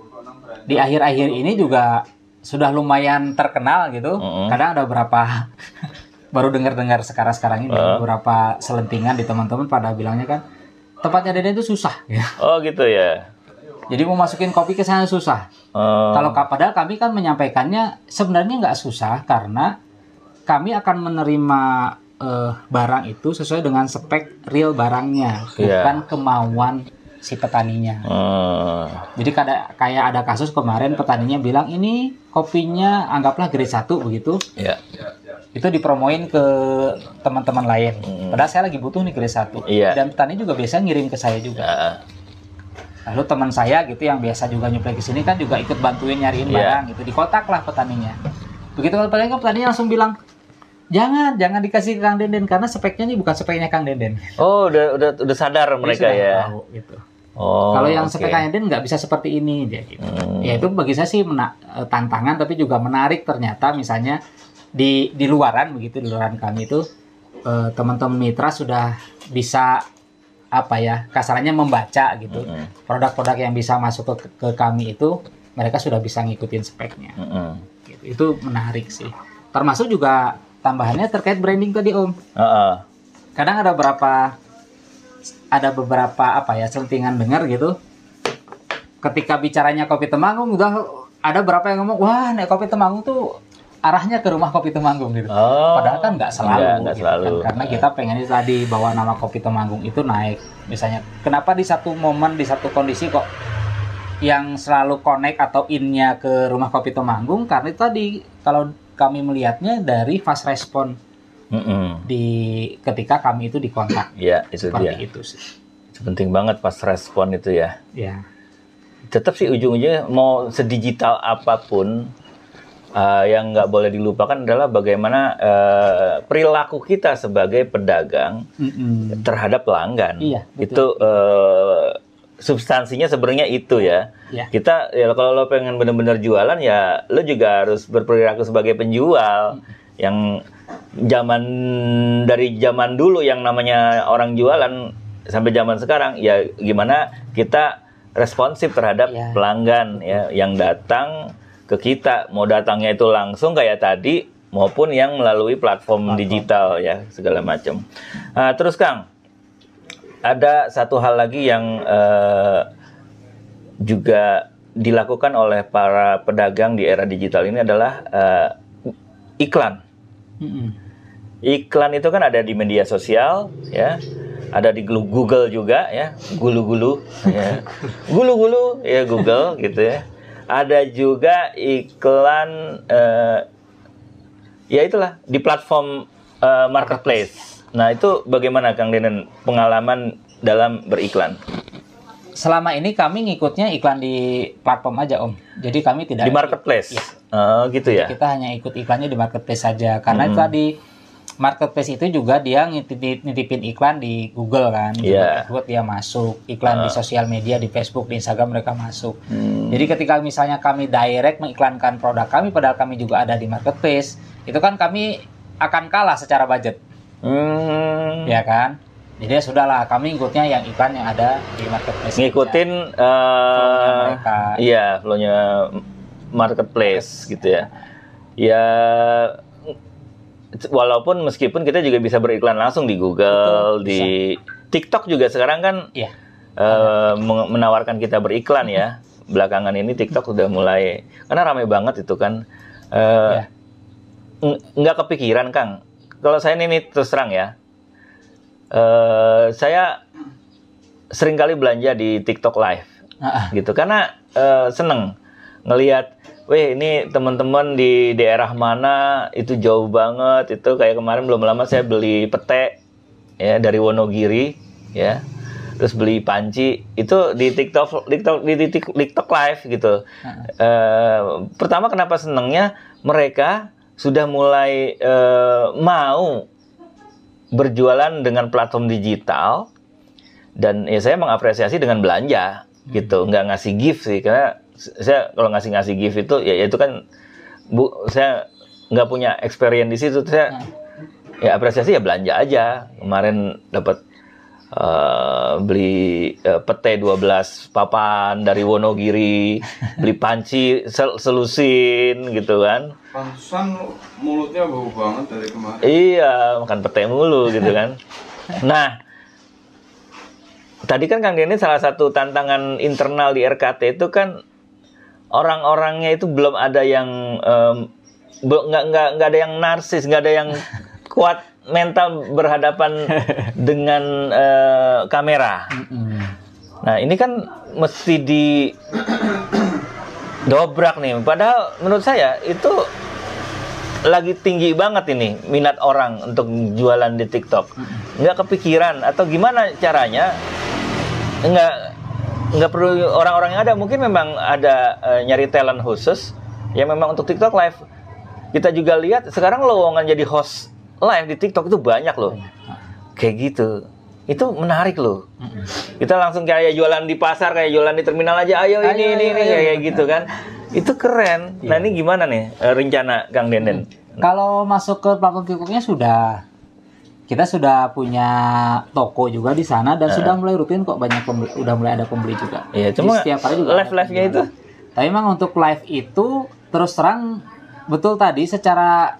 di akhir-akhir ini juga sudah lumayan terkenal gitu. Kadang ada beberapa baru dengar sekarang ini beberapa selentingan di teman-teman pada bilangnya kan tempatnya Deden itu susah ya. Oh gitu ya. Jadi mau masukin kopi ke sana susah. Kalau padahal kami kan menyampaikannya sebenarnya nggak susah karena kami akan menerima barang itu sesuai dengan spek real barangnya, bukan kemauan si petaninya. Jadi kayak ada kasus kemarin petaninya bilang ini kopinya anggaplah grade 1 begitu. Itu dipromoin ke teman-teman lain. Padahal saya lagi butuh nih grade 1. Dan petani juga biasa ngirim ke saya juga. Lalu teman saya gitu yang biasa juga nyuplai ke sini kan juga ikut bantuin nyariin barang gitu. Dikontak lah petaninya. Begitu petaninya langsung bilang, Jangan dikasih ke Kang Denden karena speknya ini bukan speknya Kang Denden. Oh, udah sadar mereka ya. Tahu, gitu. Oh, kalau yang spek Kang Denden nggak bisa seperti ini dia gitu. Ya itu bagi saya sih tantangan tapi juga menarik ternyata misalnya di luaran begitu, di luaran kami itu teman-teman mitra sudah bisa kasarannya membaca gitu. Produk-produk yang bisa masuk ke kami itu mereka sudah bisa ngikutin speknya. Gitu. Itu menarik sih. Termasuk juga tambahannya terkait branding tadi Om. Kadang ada beberapa selentingan dengar gitu. Ketika bicaranya kopi Temanggung udah ada berapa yang ngomong, wah nek kopi Temanggung tuh arahnya ke rumah kopi Temanggung gitu. Padahal kan nggak selalu. Gitu, kan. Karena kita pengen tadi bawa nama kopi Temanggung itu naik. Misalnya, kenapa di satu momen di satu kondisi kok yang selalu connect atau in-nya ke rumah kopi Temanggung? Karena itu tadi kalau kami melihatnya dari fast respon ketika kami itu dikontak. Iya, itu dia. Itu sih. Itu penting banget fast respon itu ya. Iya. Tetap sih ujung-ujungnya mau sedigital apapun yang nggak boleh dilupakan adalah bagaimana perilaku kita sebagai pedagang terhadap pelanggan. Iya, betul. Itu substansinya sebenarnya itu ya. Kita ya kalau lo pengen benar-benar jualan ya lo juga harus berperilaku sebagai penjual yang dari zaman dulu yang namanya orang jualan sampai zaman sekarang ya gimana kita responsif terhadap pelanggan ya yang datang ke kita, mau datangnya itu langsung kayak tadi maupun yang melalui platform digital ya segala macam. Terus Kang, ada satu hal lagi yang juga dilakukan oleh para pedagang di era digital ini adalah iklan. Iklan itu kan ada di media sosial, ya, ada di Google juga, ya, gulu-gulu, ya, gulu-gulu, ya Google, gitu ya. Ada juga iklan, ya itulah di platform marketplace. Nah itu bagaimana Kang Denden pengalaman dalam beriklan? selama ini kami ngikutnya iklan di platform aja Om. Jadi kami tidak di marketplace. Ya. Gitu ya. Kita hanya ikut iklannya di marketplace saja. Karena itu di marketplace itu juga dia nitipin iklan di Google kan. Buat dia masuk. Iklan di sosial media, di Facebook, di Instagram mereka masuk. Jadi ketika misalnya kami direct mengiklankan produk kami padahal kami juga ada di marketplace, itu kan kami akan kalah secara budget. Ya kan? Jadi ya sudahlah, kami ikutnya yang iklan yang ada di marketplace. Ngikutin flow-nya mereka. Iya, flow-nya marketplace gitu ya. Ya walaupun meskipun kita juga bisa beriklan langsung di Google, di TikTok juga sekarang kan menawarkan kita beriklan ya. Belakangan ini TikTok udah mulai, karena ramai banget itu kan. Nggak kepikiran Kang. Kalau saya ini terus terang ya. Saya sering kali belanja di TikTok Live, gitu, karena seneng ngelihat, ini teman-teman di daerah mana itu jauh banget, itu kayak kemarin belum lama saya beli pete ya dari Wonogiri ya, terus beli panci itu di TikTok Live gitu. Pertama kenapa senengnya mereka sudah mulai mau berjualan dengan platform digital, dan ya saya mengapresiasi dengan belanja gitu, nggak ngasih gift sih, karena saya kalau ngasih gift itu ya itu kan saya nggak punya experience di situ, saya ya apresiasi ya belanja aja. Kemarin dapat beli pete 12 papan dari Wonogiri, beli panci selusin gitu kan. Pantesan mulutnya bau banget dari kemarin. Iya, makan pete mulu gitu kan. Nah, tadi kan Kang Denny salah satu tantangan internal di RKT itu kan orang-orangnya itu belum ada yang nggak ada yang narsis, nggak ada yang kuat mental berhadapan dengan kamera. Nah, ini kan mesti di dobrak nih. Padahal menurut saya itu lagi tinggi banget ini minat orang untuk jualan di TikTok. Nggak kepikiran atau gimana caranya? Nggak perlu orang-orang yang ada. Mungkin memang ada nyari talent khusus yang memang untuk TikTok Live. Kita juga lihat sekarang lowongan jadi host live di TikTok itu banyak loh. Kayak gitu. Itu menarik loh. Kita langsung kayak jualan di pasar, kayak jualan di terminal aja. Ayo ini kayak gitu kan. Itu keren. Nah, ini gimana nih rencana Kang Denden? Kalau masuk ke platform TikToknya kita sudah punya toko juga di sana dan sudah mulai rutin kok, banyak udah mulai ada pembeli juga. Iya, cuma setiap hari juga live-nya itu. Tapi memang untuk live itu terus terang betul tadi secara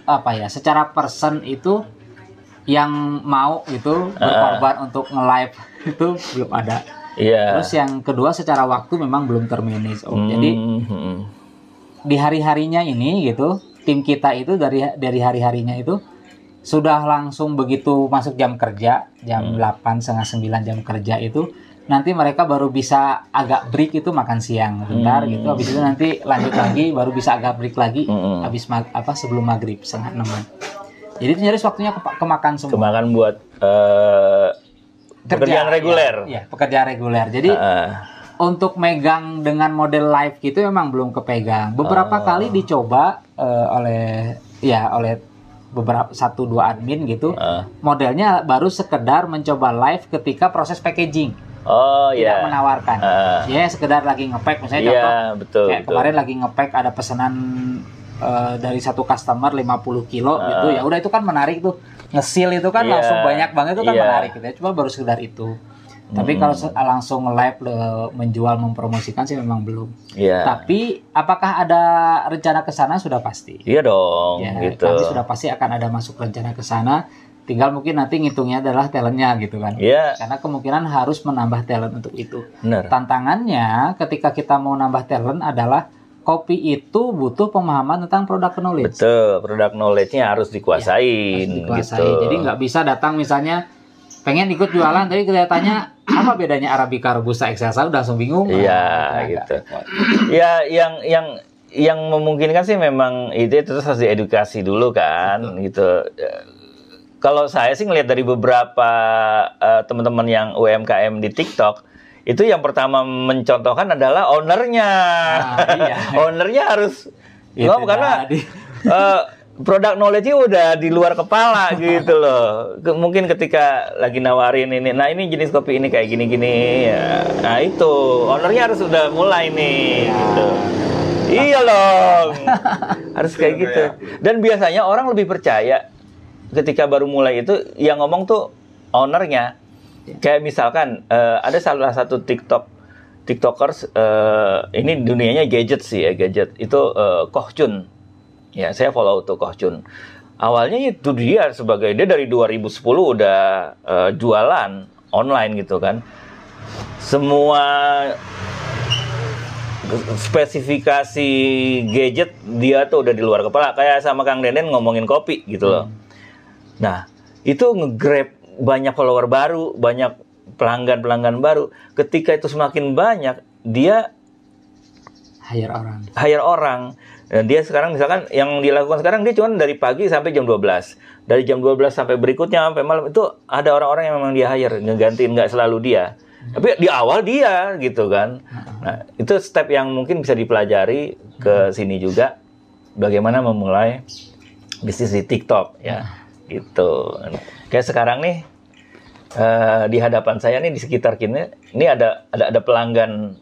person itu yang mau itu berkorban untuk nge-live itu belum ada. Terus yang kedua secara waktu memang belum termanage. Jadi di hari-harinya ini gitu, tim kita itu dari hari-harinya itu sudah langsung begitu masuk jam kerja, jam 8, setengah 9 jam kerja itu, nanti mereka baru bisa agak break itu makan siang bentar gitu, habis itu nanti lanjut lagi, baru bisa agak break lagi, habis sebelum maghrib, setengah 6. Jadi itu nyaris waktunya kemakan semua. Kemakan buat pekerjaan reguler. Ya, pekerjaan reguler. Jadi untuk megang dengan model live gitu memang belum kepegang. Beberapa kali dicoba oleh beberapa 1-2 admin gitu. Modelnya baru sekedar mencoba live ketika proses packaging. Tidak menawarkan. Ya, sekedar lagi nge-pack misalnya contoh. Betul. Kayak kemarin lagi nge-pack ada pesanan dari satu customer 50 kilo gitu. Ya udah itu kan menarik tuh. Nge-seal itu kan langsung banyak banget, itu kan menarik gitu ya. Cuma baru sekedar itu. Tapi kalau langsung live menjual, mempromosikan sih memang belum. Tapi apakah ada rencana ke sana? Sudah pasti. Iya dong. Gitu. Nanti sudah pasti akan ada masuk rencana ke sana. Tinggal mungkin nanti ngitungnya adalah talentnya gitu kan. Karena kemungkinan harus menambah talent untuk itu. Bener. Tantangannya ketika kita mau nambah talent adalah kopi itu butuh pemahaman tentang product knowledge. Betul, product knowledge-nya harus dikuasain. Gitu. Jadi nggak bisa datang misalnya pengen ikut jualan, tapi kita tanya apa bedanya Arabica, Robusta, Excelsa, udah langsung bingung. Gitu. Ya, yang memungkinkan sih memang itu terus harus diedukasi dulu kan. Gitu. Kalau saya sih ngelihat dari beberapa teman-teman yang UMKM di TikTok, itu yang pertama mencontohkan adalah ownernya. Iya. Ownernya harus Itu karena tadi. produk knowledge-nya udah di luar kepala gitu loh. Mungkin ketika lagi nawarin ini, nah ini jenis kopi ini kayak gini-gini ya. Nah itu ownernya harus udah mulai nih gitu. Iya loh. Harus kayak gitu. Dan biasanya orang lebih percaya ketika baru mulai itu yang ngomong tuh ownernya. Kayak misalkan ada salah satu TikTokers, ini dunianya gadget sih ya, gadget itu Koh Chun. Ya, saya follow tuh Koh Chun. Awalnya itu dia dia dari 2010 udah jualan online gitu kan. Semua spesifikasi gadget dia tuh udah di luar kepala. Kayak sama Kang Denden ngomongin kopi gitu loh. Nah, itu nge-grab banyak follower baru, banyak pelanggan baru. Ketika itu semakin banyak, dia hire orang. Dan dia sekarang misalkan yang dilakukan sekarang dia cuma dari pagi sampai jam 12. Dari jam 12 sampai berikutnya sampai malam itu ada orang-orang yang memang dia hire, ngegantiin, nggak selalu dia. Tapi di awal dia gitu kan. Nah, itu step yang mungkin bisa dipelajari ke sini juga, bagaimana memulai bisnis di TikTok ya. Gitu. Kayak sekarang nih di hadapan saya nih di sekitar kini ini ada pelanggan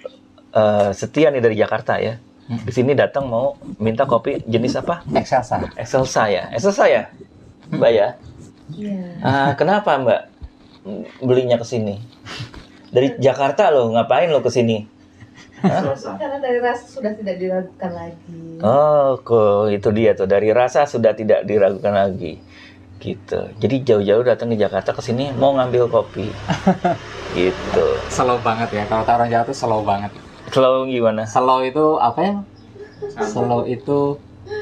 setia nih dari Jakarta ya. Di sini datang mau minta kopi jenis apa? Excelsa ya, Mbak ya. Iya. Kenapa Mbak belinya ke sini? Dari Jakarta loh, ngapain lo ke sini? Karena dari rasa sudah tidak diragukan lagi. Oh, kok itu dia tuh, dari rasa sudah tidak diragukan lagi. Gitu. Jadi jauh-jauh datang ke Jakarta ke sini mau ngambil kopi. Gitu. Slow banget ya, kalau orang Jawa tuh slow banget. Slow gimana? Slow itu apa ya? Slow itu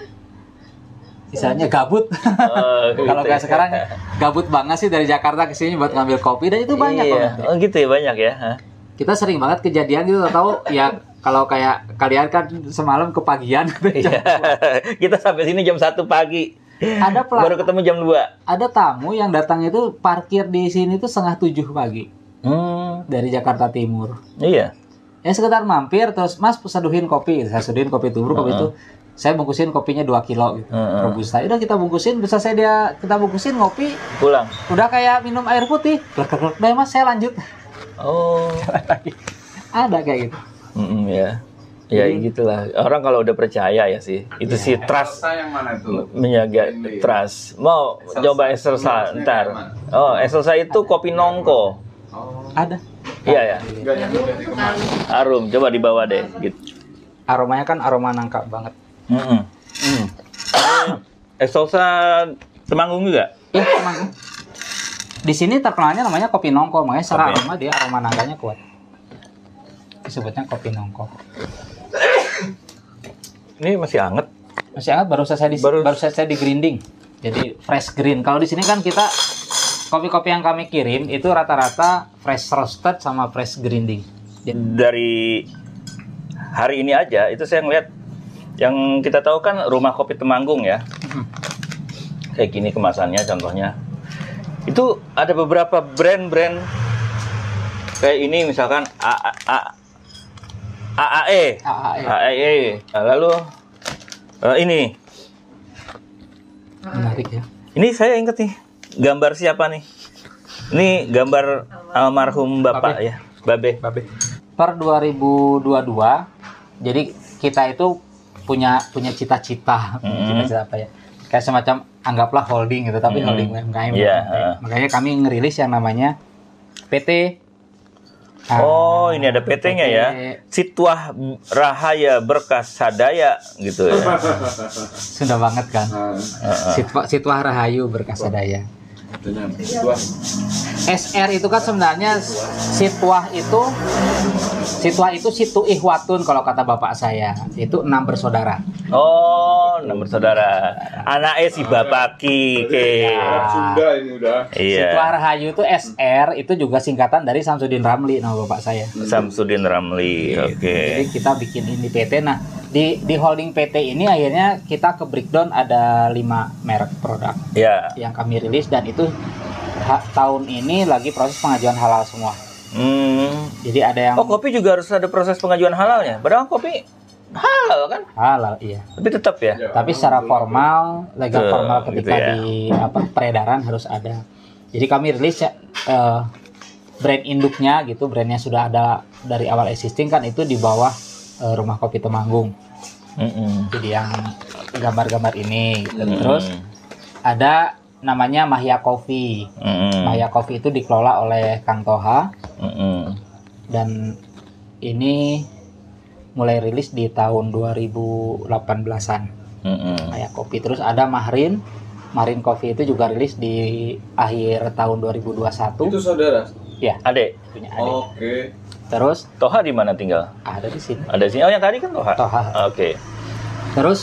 misalnya gabut. Kalau kayak sekarang gabut banget sih dari Jakarta ke sini buat ngambil kopi, dan itu banyak banget. Oh gitu ya, banyak ya. Kita sering banget kejadian gitu, tahu ya, kalau kayak kalian kan semalam kepagian. Kita sampai sini jam 1 pagi. Ada baru ketemu jam 2. Ada tamu yang datang itu parkir di sini tuh 6:30 pagi. Dari Jakarta Timur. Iya. Ya sekedar mampir terus, Mas seduhin kopi. Saya seduhin kopi tubruk, kopi itu saya bungkusin kopinya 2 kilo gitu. Robusta. Udah kita bungkusin, bisa kita bungkusin ngopi. Pulang. Udah kayak minum air putih. Udah Mas, saya lanjut. Oh. Ada kayak gitu. Ya. Ya gitulah. Orang kalau udah percaya ya sih. Itu sih trust. Excelsa yang mana itu? Menjaga trust. Mau Excelsa, coba Excelsa ntar. Oh, Excelsa itu kopi nongko. Ada. Iya ya. Harum, coba dibawa deh gitu. Aromanya kan aroma nangka banget. Excelsa Temanggung juga? Iya, Temanggung. Di sini terkenalnya namanya kopi nongko, makanya secara aroma dia aroma nangkanya kuat. Disebutnya kopi nongko. Ini masih hangat. Masih hangat, baru selesai di grinding. Jadi fresh green. Kalau di sini kan kita kopi-kopi yang kami kirim itu rata-rata fresh roasted sama fresh grinding. Dari hari ini aja itu saya ngeliat yang kita tahu kan Rumah Kopi Temanggung ya. Kayak gini kemasannya contohnya. Itu ada beberapa brand-brand kayak ini misalkan AAE. Lalu ini. Menarik ya. Ini saya ingat nih. Gambar siapa nih? Ini gambar almarhum Bapak Babe. Ya, Babe. Per 2022, jadi kita itu punya cita-cita. Cita-cita apa ya? Kayak semacam anggaplah holding gitu, tapi holding UMKM. Makanya kami ngerilis yang namanya PT. Oh, ini ada PT-nya ya. Sitwah Rahaya Berkas Sadaya gitu ya. Sudah banget kan. Sitwah Rahayu Berkas Sadaya. SR itu kan sebenarnya Sitwah itu Situ Ihwatun kalau kata bapak saya. Itu 6 bersaudara. Oh, 6 bersaudara. Anaknya si Bapak Ki. Sunda ini udah. Iya. Sitwah Rahayu itu SR itu juga singkatan dari Samsudin Ramli nama bapak saya. Samsudin Ramli. Oke. Jadi kita bikin ini PT. Nah, di holding PT ini akhirnya kita ke breakdown ada 5 merek produk yang kami rilis, dan itu tahun ini lagi proses pengajuan halal semua. Jadi ada yang kopi juga harus ada proses pengajuan halalnya. Padahal kopi halal kan? halal, iya. Tapi tetap ya. Tapi secara formal, legal formal ketika gitu ya. di peredaran harus ada. Jadi kami rilis brand induknya gitu, brandnya sudah ada dari awal existing kan, itu di bawah Rumah Kopi Temanggung. Jadi yang gambar-gambar ini gitu. Terus ada namanya Mahya Coffee. Mahya Coffee itu dikelola oleh Kang Toha. Dan ini mulai rilis di tahun 2018-an. Mahya Coffee. Terus ada Marin Coffee itu juga rilis di akhir tahun 2021. Itu saudara? Ya. Adek. Punya adik. Oke. Terus Toha di mana tinggal? ada di sini. Ada di sini. Oh, yang tadi kan Toha. Toha. Oke. Terus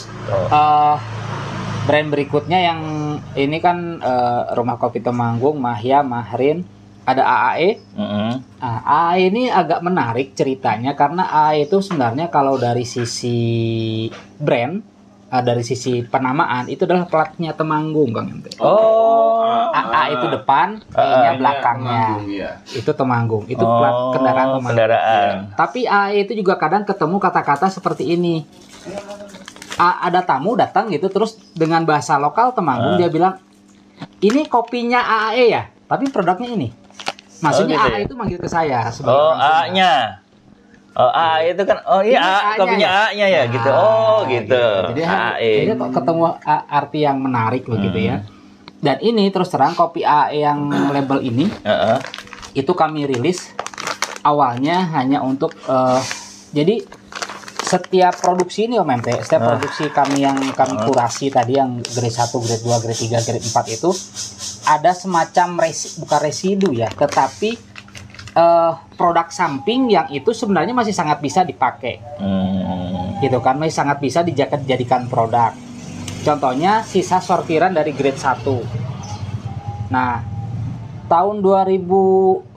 brand berikutnya yang ini kan Rumah Kopi Temanggung, Mahya, Marin, ada AAE. Nah, AAE ini agak menarik ceritanya karena AAE itu sebenarnya kalau dari sisi brand, dari sisi penamaan itu adalah platnya Temanggung, Kang Ente. AA itu depan, E-nya belakangnya. Itu Temanggung. Itu plat kendaraan Temanggung. Kendaraan. Tapi AAE itu juga kadang ketemu kata-kata seperti ini. Ada tamu datang gitu, terus dengan bahasa lokal Temanggung dia bilang, ini kopinya AAE ya, tapi produknya ini. Maksudnya gitu AAE ya? itu manggil ke saya sebagai orang Sunda. A-nya. A itu kan, Ini kopinya A-nya A-nya ya, gitu. Gitu. Jadi AE. jadi ketemu arti yang menarik begitu ya. Dan ini terus terang kopi AAE yang label ini, itu kami rilis awalnya hanya untuk jadi setiap produksi ini Om MP, setiap produksi kami yang kami kurasi tadi yang grade 1, grade 2, grade 3, grade 4 itu ada semacam bukan residu ya, tetapi produk samping yang itu sebenarnya masih sangat bisa dipakai. Gitu kan, masih sangat bisa dijadikan produk. Contohnya sisa sortiran dari grade 1. Nah, tahun 2020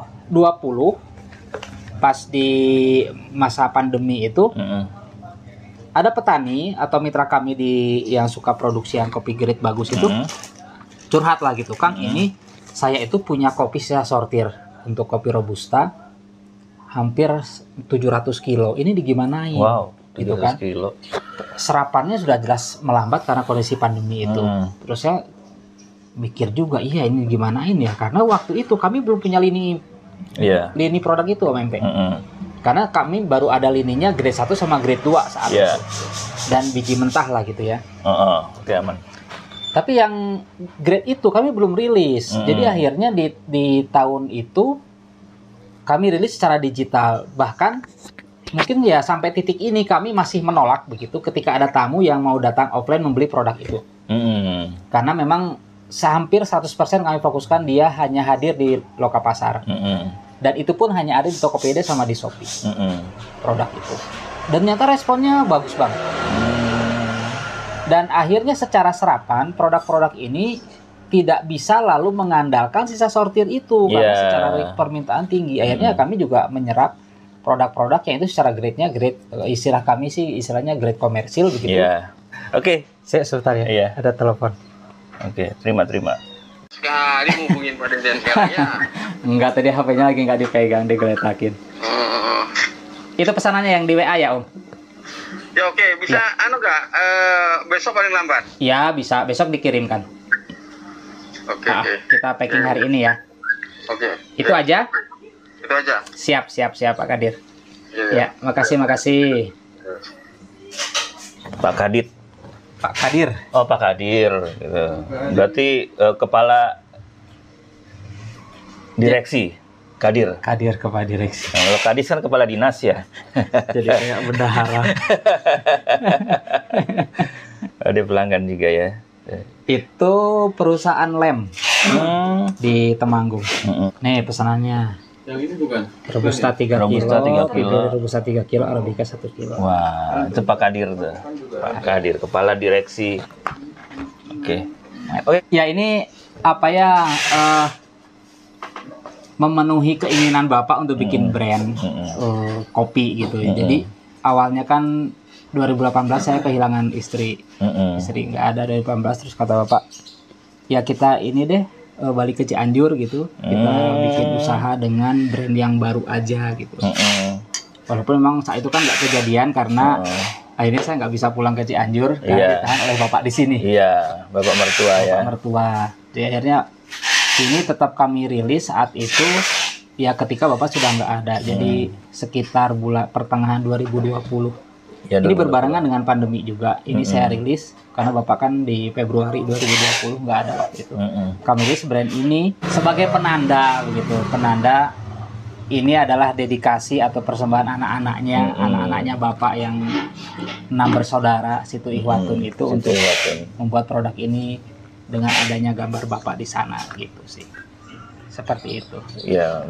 pas di masa pandemi itu ada petani atau mitra kami yang suka produksi yang kopi grade bagus itu curhat lah gitu, Kang, ini saya itu punya kopi sisa sortir untuk kopi robusta hampir 700 kilo, ini digimanain? Wow, 700 gitu kan? kilo. Serapannya sudah jelas melambat karena kondisi pandemi itu. Terus saya mikir juga, iya ini gimanain ya, karena waktu itu kami belum punya lini produk itu Om MP. Karena kami baru ada lininya grade 1 sama grade 2 saat itu. Dan biji mentah lah gitu ya. Oke, aman. Tapi yang grade itu kami belum rilis. Jadi akhirnya di tahun itu kami rilis secara digital. Bahkan mungkin ya sampai titik ini kami masih menolak begitu ketika ada tamu yang mau datang offline membeli produk itu. Karena memang hampir 100% kami fokuskan dia hanya hadir di loka pasar. Dan itu pun hanya ada di Tokopedia sama di Shopee. Produk itu. Dan ternyata responnya bagus banget. Dan akhirnya secara serapan produk-produk ini tidak bisa lalu mengandalkan sisa sortir itu karena secara permintaan tinggi. Akhirnya kami juga menyerap produk-produk yang itu secara grade-nya grade, istilah kami sih istilahnya grade komersil begitu. Oke. Saya sebentar ya. Ada telepon. Oke, terima. Sekali ngubungin Pak Denden sekarang ya. Enggak, tadi HP-nya lagi nggak dipegang, digeletakin. Itu pesanannya yang di WA ya, Om? Ya oke, bisa nggak besok paling lambat? Ya, bisa. Besok dikirimkan. Oke. Kita packing hari ini ya. Oke. Itu aja? Itu aja. Siap Pak Kadir. Ya, makasih. Pak Kadit. Pak Kadir. Oh, Pak Kadir. Gitu. Berarti kepala direksi. Kadir kepala direksi. Nah, kalau Kadis kan kepala dinas ya. Jadi kayak bendahara. Ada pelanggan juga ya. Itu perusahaan lem di Temanggung. Nih pesanannya. Yang ini bukan? Robusta 3 kilo. Robusta 3 kilo, Arabica 1 kilo. Wah, itu Pak Kadir tuh. Pak Kadir, kepala direksi. Oke. Ya ini apa ya? Memenuhi keinginan Bapak untuk bikin brand kopi gitu. Jadi awalnya kan 2018 saya kehilangan istri. Istri nggak ada dari 2018, terus kata Bapak, ya kita ini deh balik ke Cianjur gitu, kita bikin usaha dengan brand yang baru aja gitu. Walaupun memang saat itu kan nggak kejadian karena akhirnya saya nggak bisa pulang ke Cianjur, ditahan oleh bapak di sini. Iya, bapak mertua ya. Bapak mertua. Jadi akhirnya ini tetap kami rilis saat itu ya ketika bapak sudah nggak ada. Jadi sekitar bulan pertengahan 2020. Ya, ini berbarengan dengan pandemi juga. Ini saya rilis karena bapak kan di Februari 2020 nggak ada waktu itu. Kami rilis brand ini sebagai penanda begitu. Penanda ini adalah dedikasi atau persembahan anak-anaknya bapak yang 6 bersaudara Situ Ihwatun itu untuk membuat produk ini dengan adanya gambar bapak di sana gitu sih. Seperti itu. Ya,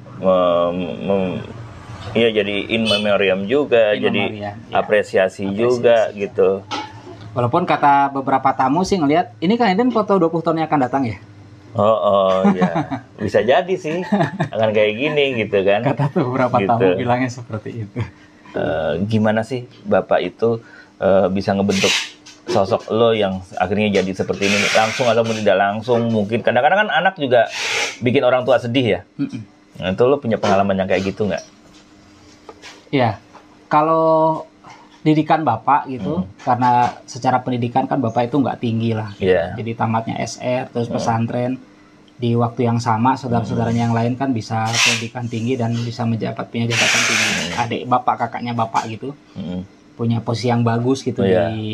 iya, jadi in memoriam juga, jadi apresiasi juga gitu. Walaupun kata beberapa tamu sih ngelihat ini kan Eden foto 20 tahun yang akan datang ya. Oh ya, bisa jadi sih akan kayak gini gitu kan. Kata tuh beberapa gitu. tamu bilangnya seperti itu. Gimana sih bapak itu bisa ngebentuk sosok lo yang akhirnya jadi seperti ini langsung ataupun tidak langsung? Mungkin kadang-kadang kan anak juga bikin orang tua sedih ya. Nah, itu lo punya pengalaman yang kayak gitu nggak? Ya, kalau didikan bapak gitu, karena secara pendidikan kan bapak itu nggak tinggi lah. Jadi tamatnya SR, terus pesantren. Di waktu yang sama, saudara-saudaranya yang lain kan bisa pendidikan tinggi dan bisa menjabat punya jabatan tinggi. Adik bapak, kakaknya bapak gitu, punya posisi yang bagus gitu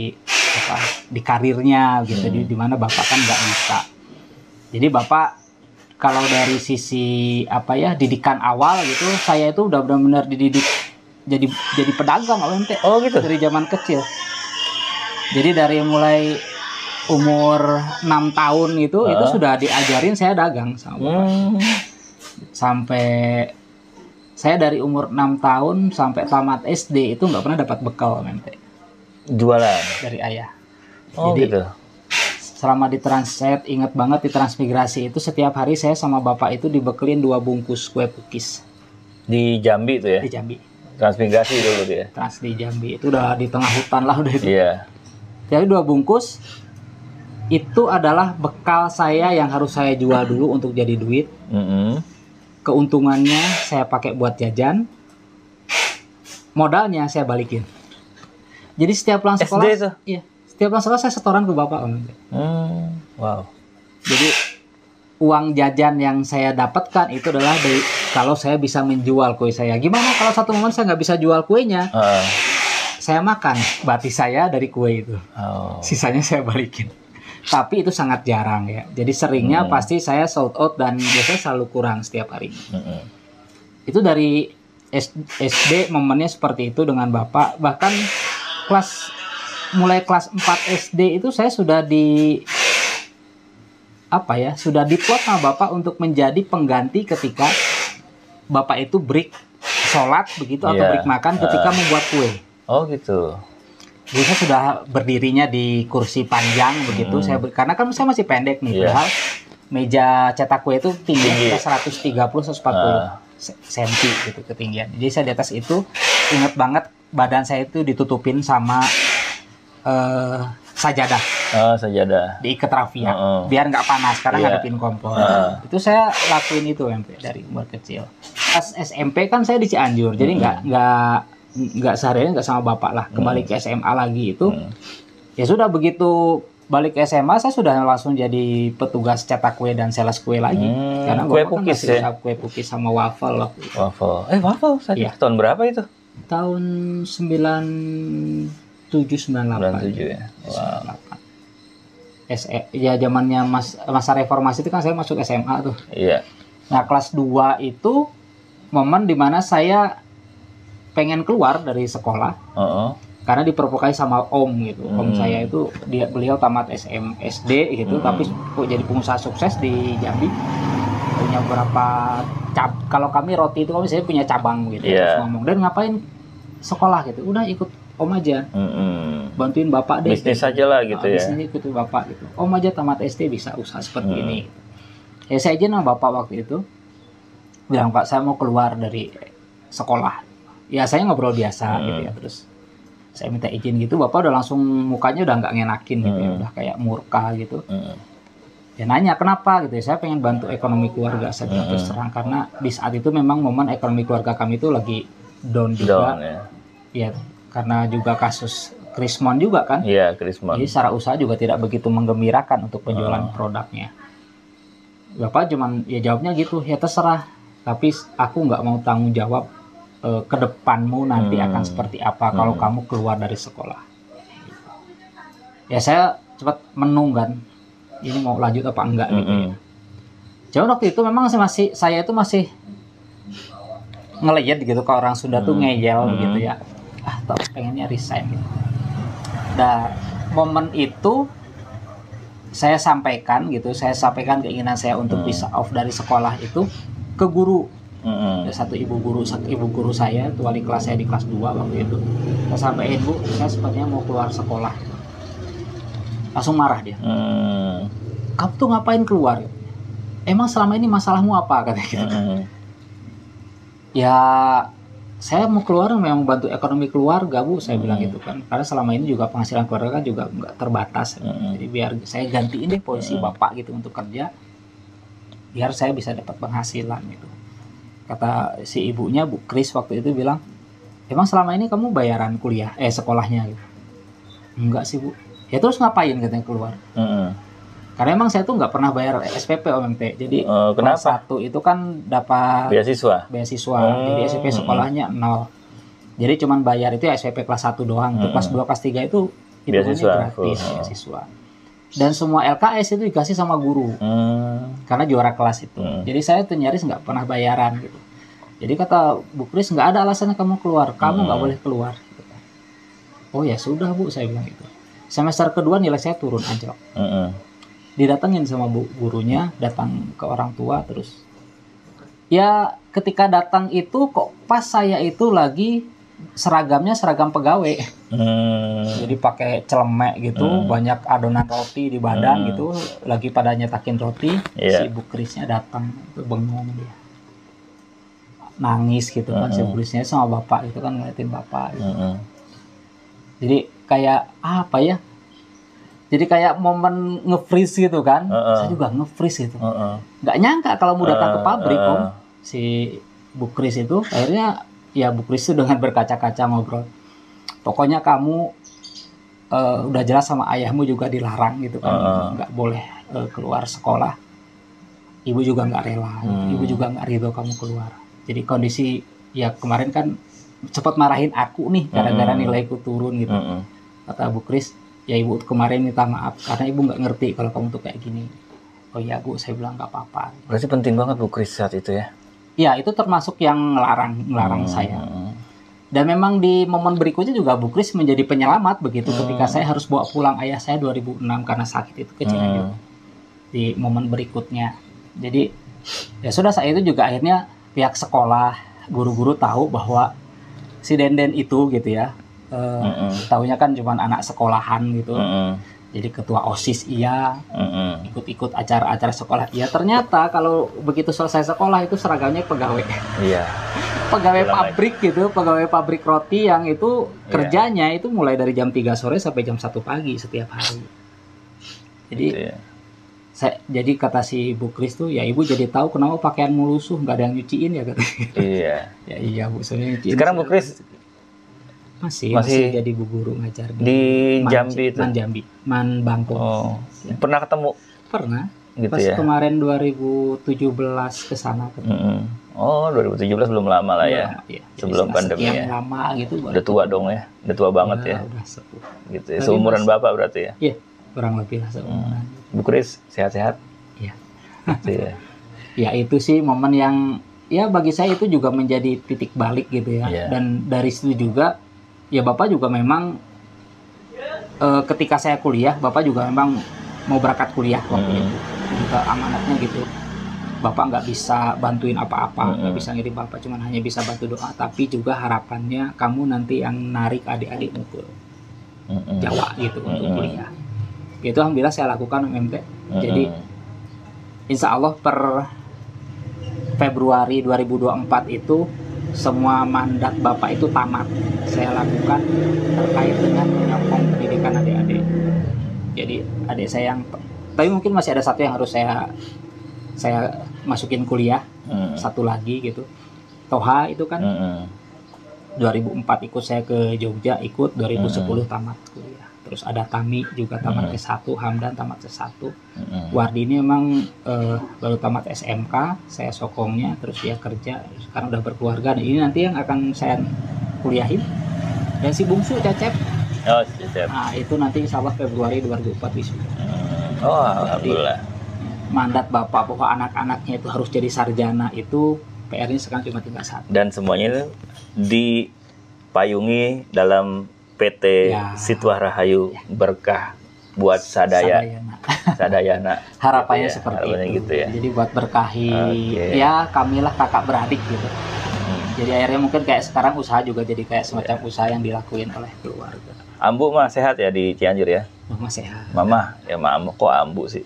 di karirnya gitu. Di mana bapak kan nggak bisa. Jadi bapak kalau dari sisi didikan awal gitu, saya itu udah benar-benar dididik jadi pedagang Ente. Oh gitu. Dari zaman kecil. Jadi dari mulai umur 6 tahun itu sudah diajarin saya dagang sama bapak. Sampai saya dari umur 6 tahun sampai tamat SD itu nggak pernah dapat bekal Ente. Jualan dari ayah. Oh jadi, gitu. Selama di Transit, ingat banget di Transmigrasi itu setiap hari saya sama bapak itu dibekelin 2 bungkus kue pukis. Di Jambi itu ya? Di Jambi. Transmigrasi dulu ya? Trans di Jambi, itu udah di tengah hutan lah udah itu. Iya. Jadi 2 bungkus, itu adalah bekal saya yang harus saya jual dulu untuk jadi duit. Keuntungannya saya pakai buat jajan, modalnya saya balikin. Jadi setiap pulang sekolah, SD tuh? Iya. Setiap pulang sekolah saya setoran ke bapak Om. Wow. Jadi uang jajan yang saya dapatkan itu adalah kalau saya bisa menjual kue saya. Gimana kalau satu momen saya nggak bisa jual kuenya? Saya makan bati saya dari kue itu. Sisanya saya balikin. Tapi itu sangat jarang ya. Jadi seringnya pasti saya sold out dan biasanya selalu kurang setiap hari. Itu dari SD momennya seperti itu dengan bapak. Bahkan mulai kelas 4 SD itu saya sudah sudah diplot sama bapak untuk menjadi pengganti ketika bapak itu break sholat begitu atau break makan ketika membuat kue. Oh gitu. Jadi saya sudah berdirinya di kursi panjang begitu. Karena kan saya masih pendek nih, padahal meja cetak kue itu tingginya 130-140 cm gitu ketinggian. Jadi saya di atas itu ingat banget badan saya itu ditutupin sama sajadah. Sajadah. Diikat rafia biar nggak panas karena ngadepin kompor. Itu saya lakuin itu dari umur kecil. Pas SMP kan saya di Cianjur, jadi nggak seharian nggak sama bapak lah. Kembali ke SMA lagi itu, ya sudah begitu balik ke SMA saya sudah langsung jadi petugas cetak kue dan sales kue lagi. Karena kue bapak pukis kan masih kue pukis sama waffle waktu itu. Waffle. Tahun berapa itu? Tahun 97-98 ya. Wow. Ya zamannya masa reformasi itu kan saya masuk SMA tuh. Iya. Nah kelas 2 itu momen dimana saya pengen keluar dari sekolah karena diprovokasi sama om gitu. Om saya itu beliau tamat SD gitu, tapi jadi pengusaha sukses di Jambi. Punya beberapa kalau kami roti itu kami saya punya cabang gitu. Terus ngomong, dan ngapain sekolah gitu? Udah ikut om aja, bantuin bapak deh. Bisnis aja lah gitu ya. Bisnis ikut bapak gitu. Om aja tamat SD bisa usaha seperti ini. Ya saya izin sama bapak waktu itu, bilang Pak saya mau keluar dari sekolah. Ya saya ngobrol biasa gitu ya. Terus saya minta izin gitu, bapak udah langsung mukanya udah nggak ngenakin gitu ya, udah kayak murka gitu. Ya nanya kenapa gitu ya, saya pengen bantu ekonomi keluarga saya terus terang, karena di saat itu memang momen ekonomi keluarga kami itu lagi down juga. Ya karena juga kasus Krismon juga kan. Iya, Krismon. Jadi secara usaha juga tidak begitu menggembirakan untuk penjualan produknya. Bapak cuman ya jawabnya gitu, ya terserah, tapi aku nggak mau tanggung jawab ke depanmu nanti akan seperti apa kalau kamu keluar dari sekolah. Ya saya cepat menung kan, ini mau lanjut apa enggak gitu ya. Jadi waktu itu memang saya itu masih ngeliat gitu ke orang Sunda tuh ngeyel gitu ya. Tapi pengennya resign gitu. Dan momen itu saya sampaikan keinginan saya untuk bisa off dari sekolah itu ke guru. Ada satu ibu guru saya, itu wali kelas saya di kelas 2 waktu itu. Saya sampaikan, Bu, saya sepertinya mau keluar sekolah. Langsung marah dia. Kamu tuh ngapain keluar? Emang selama ini masalahmu apa? Katanya gitu. Ya saya mau keluar memang bantu ekonomi keluarga, Bu, saya bilang gitu kan. Karena selama ini juga penghasilan keluarga kan juga nggak terbatas. Jadi biar saya gantiin deh posisi bapak gitu untuk kerja, biar saya bisa dapat penghasilan gitu. Kata si ibunya, Bu Kris waktu itu bilang, emang selama ini kamu bayaran kuliah, sekolahnya gitu? Enggak sih, Bu. Ya terus ngapain katanya keluar? Karena emang saya tuh nggak pernah bayar SPP OMT. Jadi kelas 1 itu kan dapat beasiswa. Jadi SPP sekolahnya 0. Jadi cuman bayar itu ya SPP kelas 1 doang. Kelas 2, kelas 3 itu hitungannya gratis beasiswa. Dan semua LKS itu dikasih sama guru. Karena juara kelas itu. Jadi saya tuh nyaris nggak pernah bayaran gitu. Jadi kata Bu Kris, nggak ada alasannya kamu keluar. Kamu nggak boleh keluar. Oh ya sudah, Bu, saya bilang gitu. Semester kedua nilai saya turun anjlok. Didatengin sama bu gurunya, datang ke orang tua terus. Ya ketika datang itu kok pas saya itu lagi seragamnya seragam pegawai. Jadi pakai celemek gitu, banyak adonan roti di badan gitu, lagi pada nyetakin roti. Si Bu Krisnya datang, bengong dia. Nangis gitu kan, si Bu Krisnya sama bapak itu kan ngeliatin bapak gitu. Jadi kayak apa ya? Jadi kayak momen nge-freeze gitu kan. Saya juga nge-freeze gitu. Nggak nyangka kalau mau datang ke pabrik Om. Si Bu Kris itu akhirnya ya Bu Kris itu dengan berkaca-kaca ngobrol. Pokoknya kamu udah jelas sama ayahmu juga dilarang gitu kan. Nggak boleh keluar sekolah. Ibu juga nggak rela. Ibu juga nggak ridho kamu keluar. Jadi kondisi ya kemarin kan cepat marahin aku nih gara-gara nilaiku turun gitu. Kata Bu Kris, ya Ibu kemarin minta maaf karena Ibu nggak ngerti kalau kamu tuh kayak gini. Oh iya Bu, saya bilang nggak apa-apa. Berarti penting banget Bu Kris saat itu ya? Ya itu termasuk yang ngelarang saya. Dan memang di momen berikutnya juga Bu Kris menjadi penyelamat begitu ketika saya harus bawa pulang ayah saya 2006 karena sakit itu ke Cianjur. Di momen berikutnya. Jadi ya sudah, saya itu juga akhirnya pihak sekolah, guru-guru tahu bahwa si Denden itu gitu ya. Taunya kan cuma anak sekolahan gitu. Jadi ketua OSIS iya, ikut-ikut acara-acara sekolah iya. Ternyata kalau begitu selesai sekolah itu seragamnya pegawai. Iya. Pegawai pabrik gitu, pegawai pabrik roti yang itu kerjanya itu mulai dari jam 3 sore sampai jam 1 pagi setiap hari. Jadi jadi kata si Bu Kris tuh, ya Ibu jadi tahu kenapa pakaianmu lusuh, nggak ada yang nyuciin ya katanya. Iya. Ya iya Bu, saya nyuciin. Sekarang Bu Kris masih jadi bu guru ngajar di Jambi itu. Man Bangkok. Ya. Pernah ketemu? Pernah. Gitu pas ya? Kemarin 2017 ke sana ketemu. 2017 belum lama lah ya. Sebelum pandemi ya. Lama gitu. Udah tua dong ya. Udah tua banget ya. Udah sepuh. Gitu ya. Seumuran Bapak berarti ya? Iya, kurang lebih lah seumuran. Bu Kris sehat-sehat? Iya. Gitu ya. Ya itu sih momen yang ya bagi saya itu juga menjadi titik balik gitu ya. Dan dari situ juga ya Bapak juga memang ketika saya kuliah, Bapak juga memang mau berangkat kuliah waktu itu. Juga amanatnya gitu. Bapak nggak bisa bantuin apa-apa, nggak bisa ngirim Bapak, cuma hanya bisa bantu doa. Tapi juga harapannya kamu nanti yang narik adik-adikmu ke Jawa gitu untuk kuliah. Itu alhamdulillah saya lakukan MT. Jadi insya Allah per Februari 2024 itu semua mandat Bapak itu tamat saya lakukan terkait dengan menyokong pendidikan adik-adik. Jadi adik saya yang Tapi mungkin masih ada satu yang harus saya masukin kuliah, satu lagi gitu. Toha itu kan 2004 ikut saya ke Jogja, ikut 2010 tamat kuliah. Terus ada Tami juga tamat S1, Hamdan tamat S1. Wardi ini memang baru tamat SMK, saya sokongnya, terus dia kerja, sekarang udah berkeluarga. Dan ini nanti yang akan saya kuliahin. Dan si bungsu Cecep. Oh, Cecep. Nah, itu nanti insya Allah Februari 2004 wisuda. Oh, alhamdulillah. Mandat Bapak bahwa anak-anaknya itu harus jadi sarjana itu PR-nya sekarang cuma tinggal satu. Dan semuanya dipayungi dalam PT Sitwah Rahayu Berkah buat Sadayana. Harapannya gitu seperti harapannya itu. Gitu ya. Jadi buat berkahi ya kamilah kakak beradik gitu. Jadi akhirnya mungkin kayak sekarang usaha juga jadi kayak semacam usaha yang dilakuin oleh keluarga. Ambu mah sehat ya di Cianjur ya? Mama sehat. Mama, ya mama kok Ambu sih?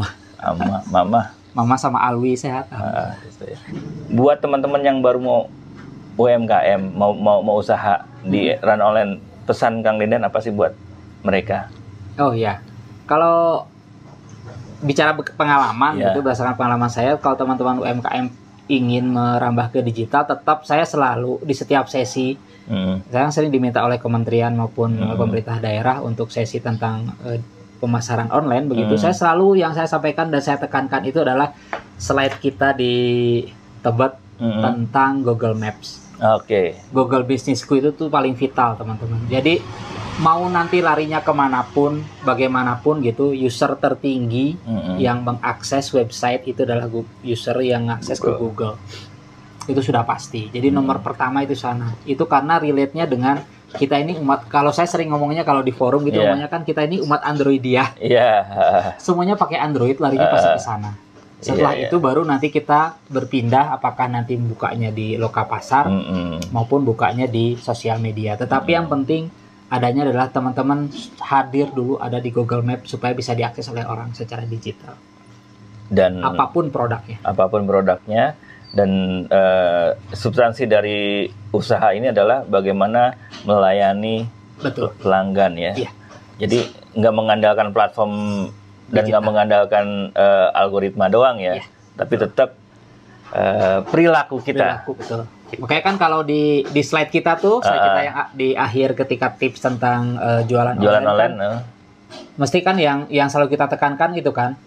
Mama sama Alwi sehat. Gitu ya. Buat teman-teman yang baru mau UMKM, mau usaha di Run Online, pesan Kang Denden apa sih buat mereka? Oh iya, kalau bicara pengalaman itu berdasarkan pengalaman saya, kalau teman-teman UMKM ingin merambah ke digital, tetap saya selalu di setiap sesi, saya sering diminta oleh kementerian maupun pemerintah daerah untuk sesi tentang pemasaran online begitu. Saya selalu yang saya sampaikan dan saya tekankan itu adalah slide kita di Tebet tentang Google Maps. Google Businessku itu tuh paling vital teman-teman. Jadi mau nanti larinya kemanapun, bagaimanapun gitu, user tertinggi yang mengakses website itu adalah user yang mengakses ke Google. Itu sudah pasti. Jadi nomor pertama itu sana. Itu karena relate-nya dengan kita ini umat, kalau saya sering ngomongnya kalau di forum gitu, ngomongnya kan kita ini umat Android ya. Semuanya pakai Android, larinya pasti ke sana. Setelah itu baru nanti kita berpindah apakah nanti bukanya di loka pasar maupun bukanya di sosial media. Tetapi yang penting adanya adalah teman-teman hadir dulu ada di Google Maps supaya bisa diakses oleh orang secara digital. Dan apapun produknya. Dan substansi dari usaha ini adalah bagaimana melayani pelanggan ya. Jadi nggak mengandalkan platform dan nggak mengandalkan algoritma doang ya, tapi tetap perilaku kita. Betul. Makanya kan kalau di slide kita tuh, slide kita yang di akhir ketika tips tentang jualan online kan, mesti kan yang selalu kita tekankan gitu kan,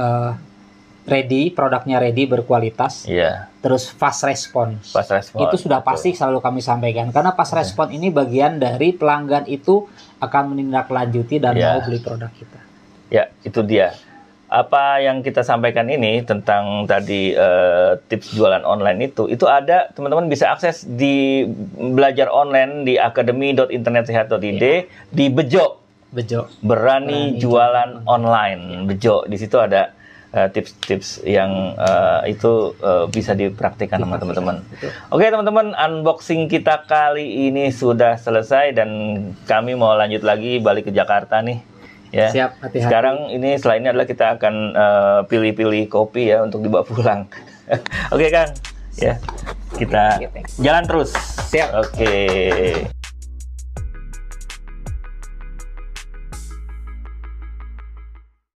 produknya ready, berkualitas, terus fast response. Itu sudah pasti selalu kami sampaikan, karena fast response ini bagian dari pelanggan itu akan menindaklanjuti dan mau beli produk kita. Ya, itu dia. Apa yang kita sampaikan ini tentang tadi tips jualan online itu ada, teman-teman bisa akses di belajar online di akademi.internetsehat.id di Bejo. Berani jualan online. Bejo. Di situ ada tips-tips yang itu bisa dipraktikkan sama teman-teman. Oke teman-teman, unboxing kita kali ini sudah selesai dan kami mau lanjut lagi balik ke Jakarta nih. Ya. Siap, hati-hati. Sekarang ini setelah ini adalah kita akan pilih-pilih kopi ya untuk dibawa pulang. Oke Kang, ya kita jalan terus. Siap. Oke.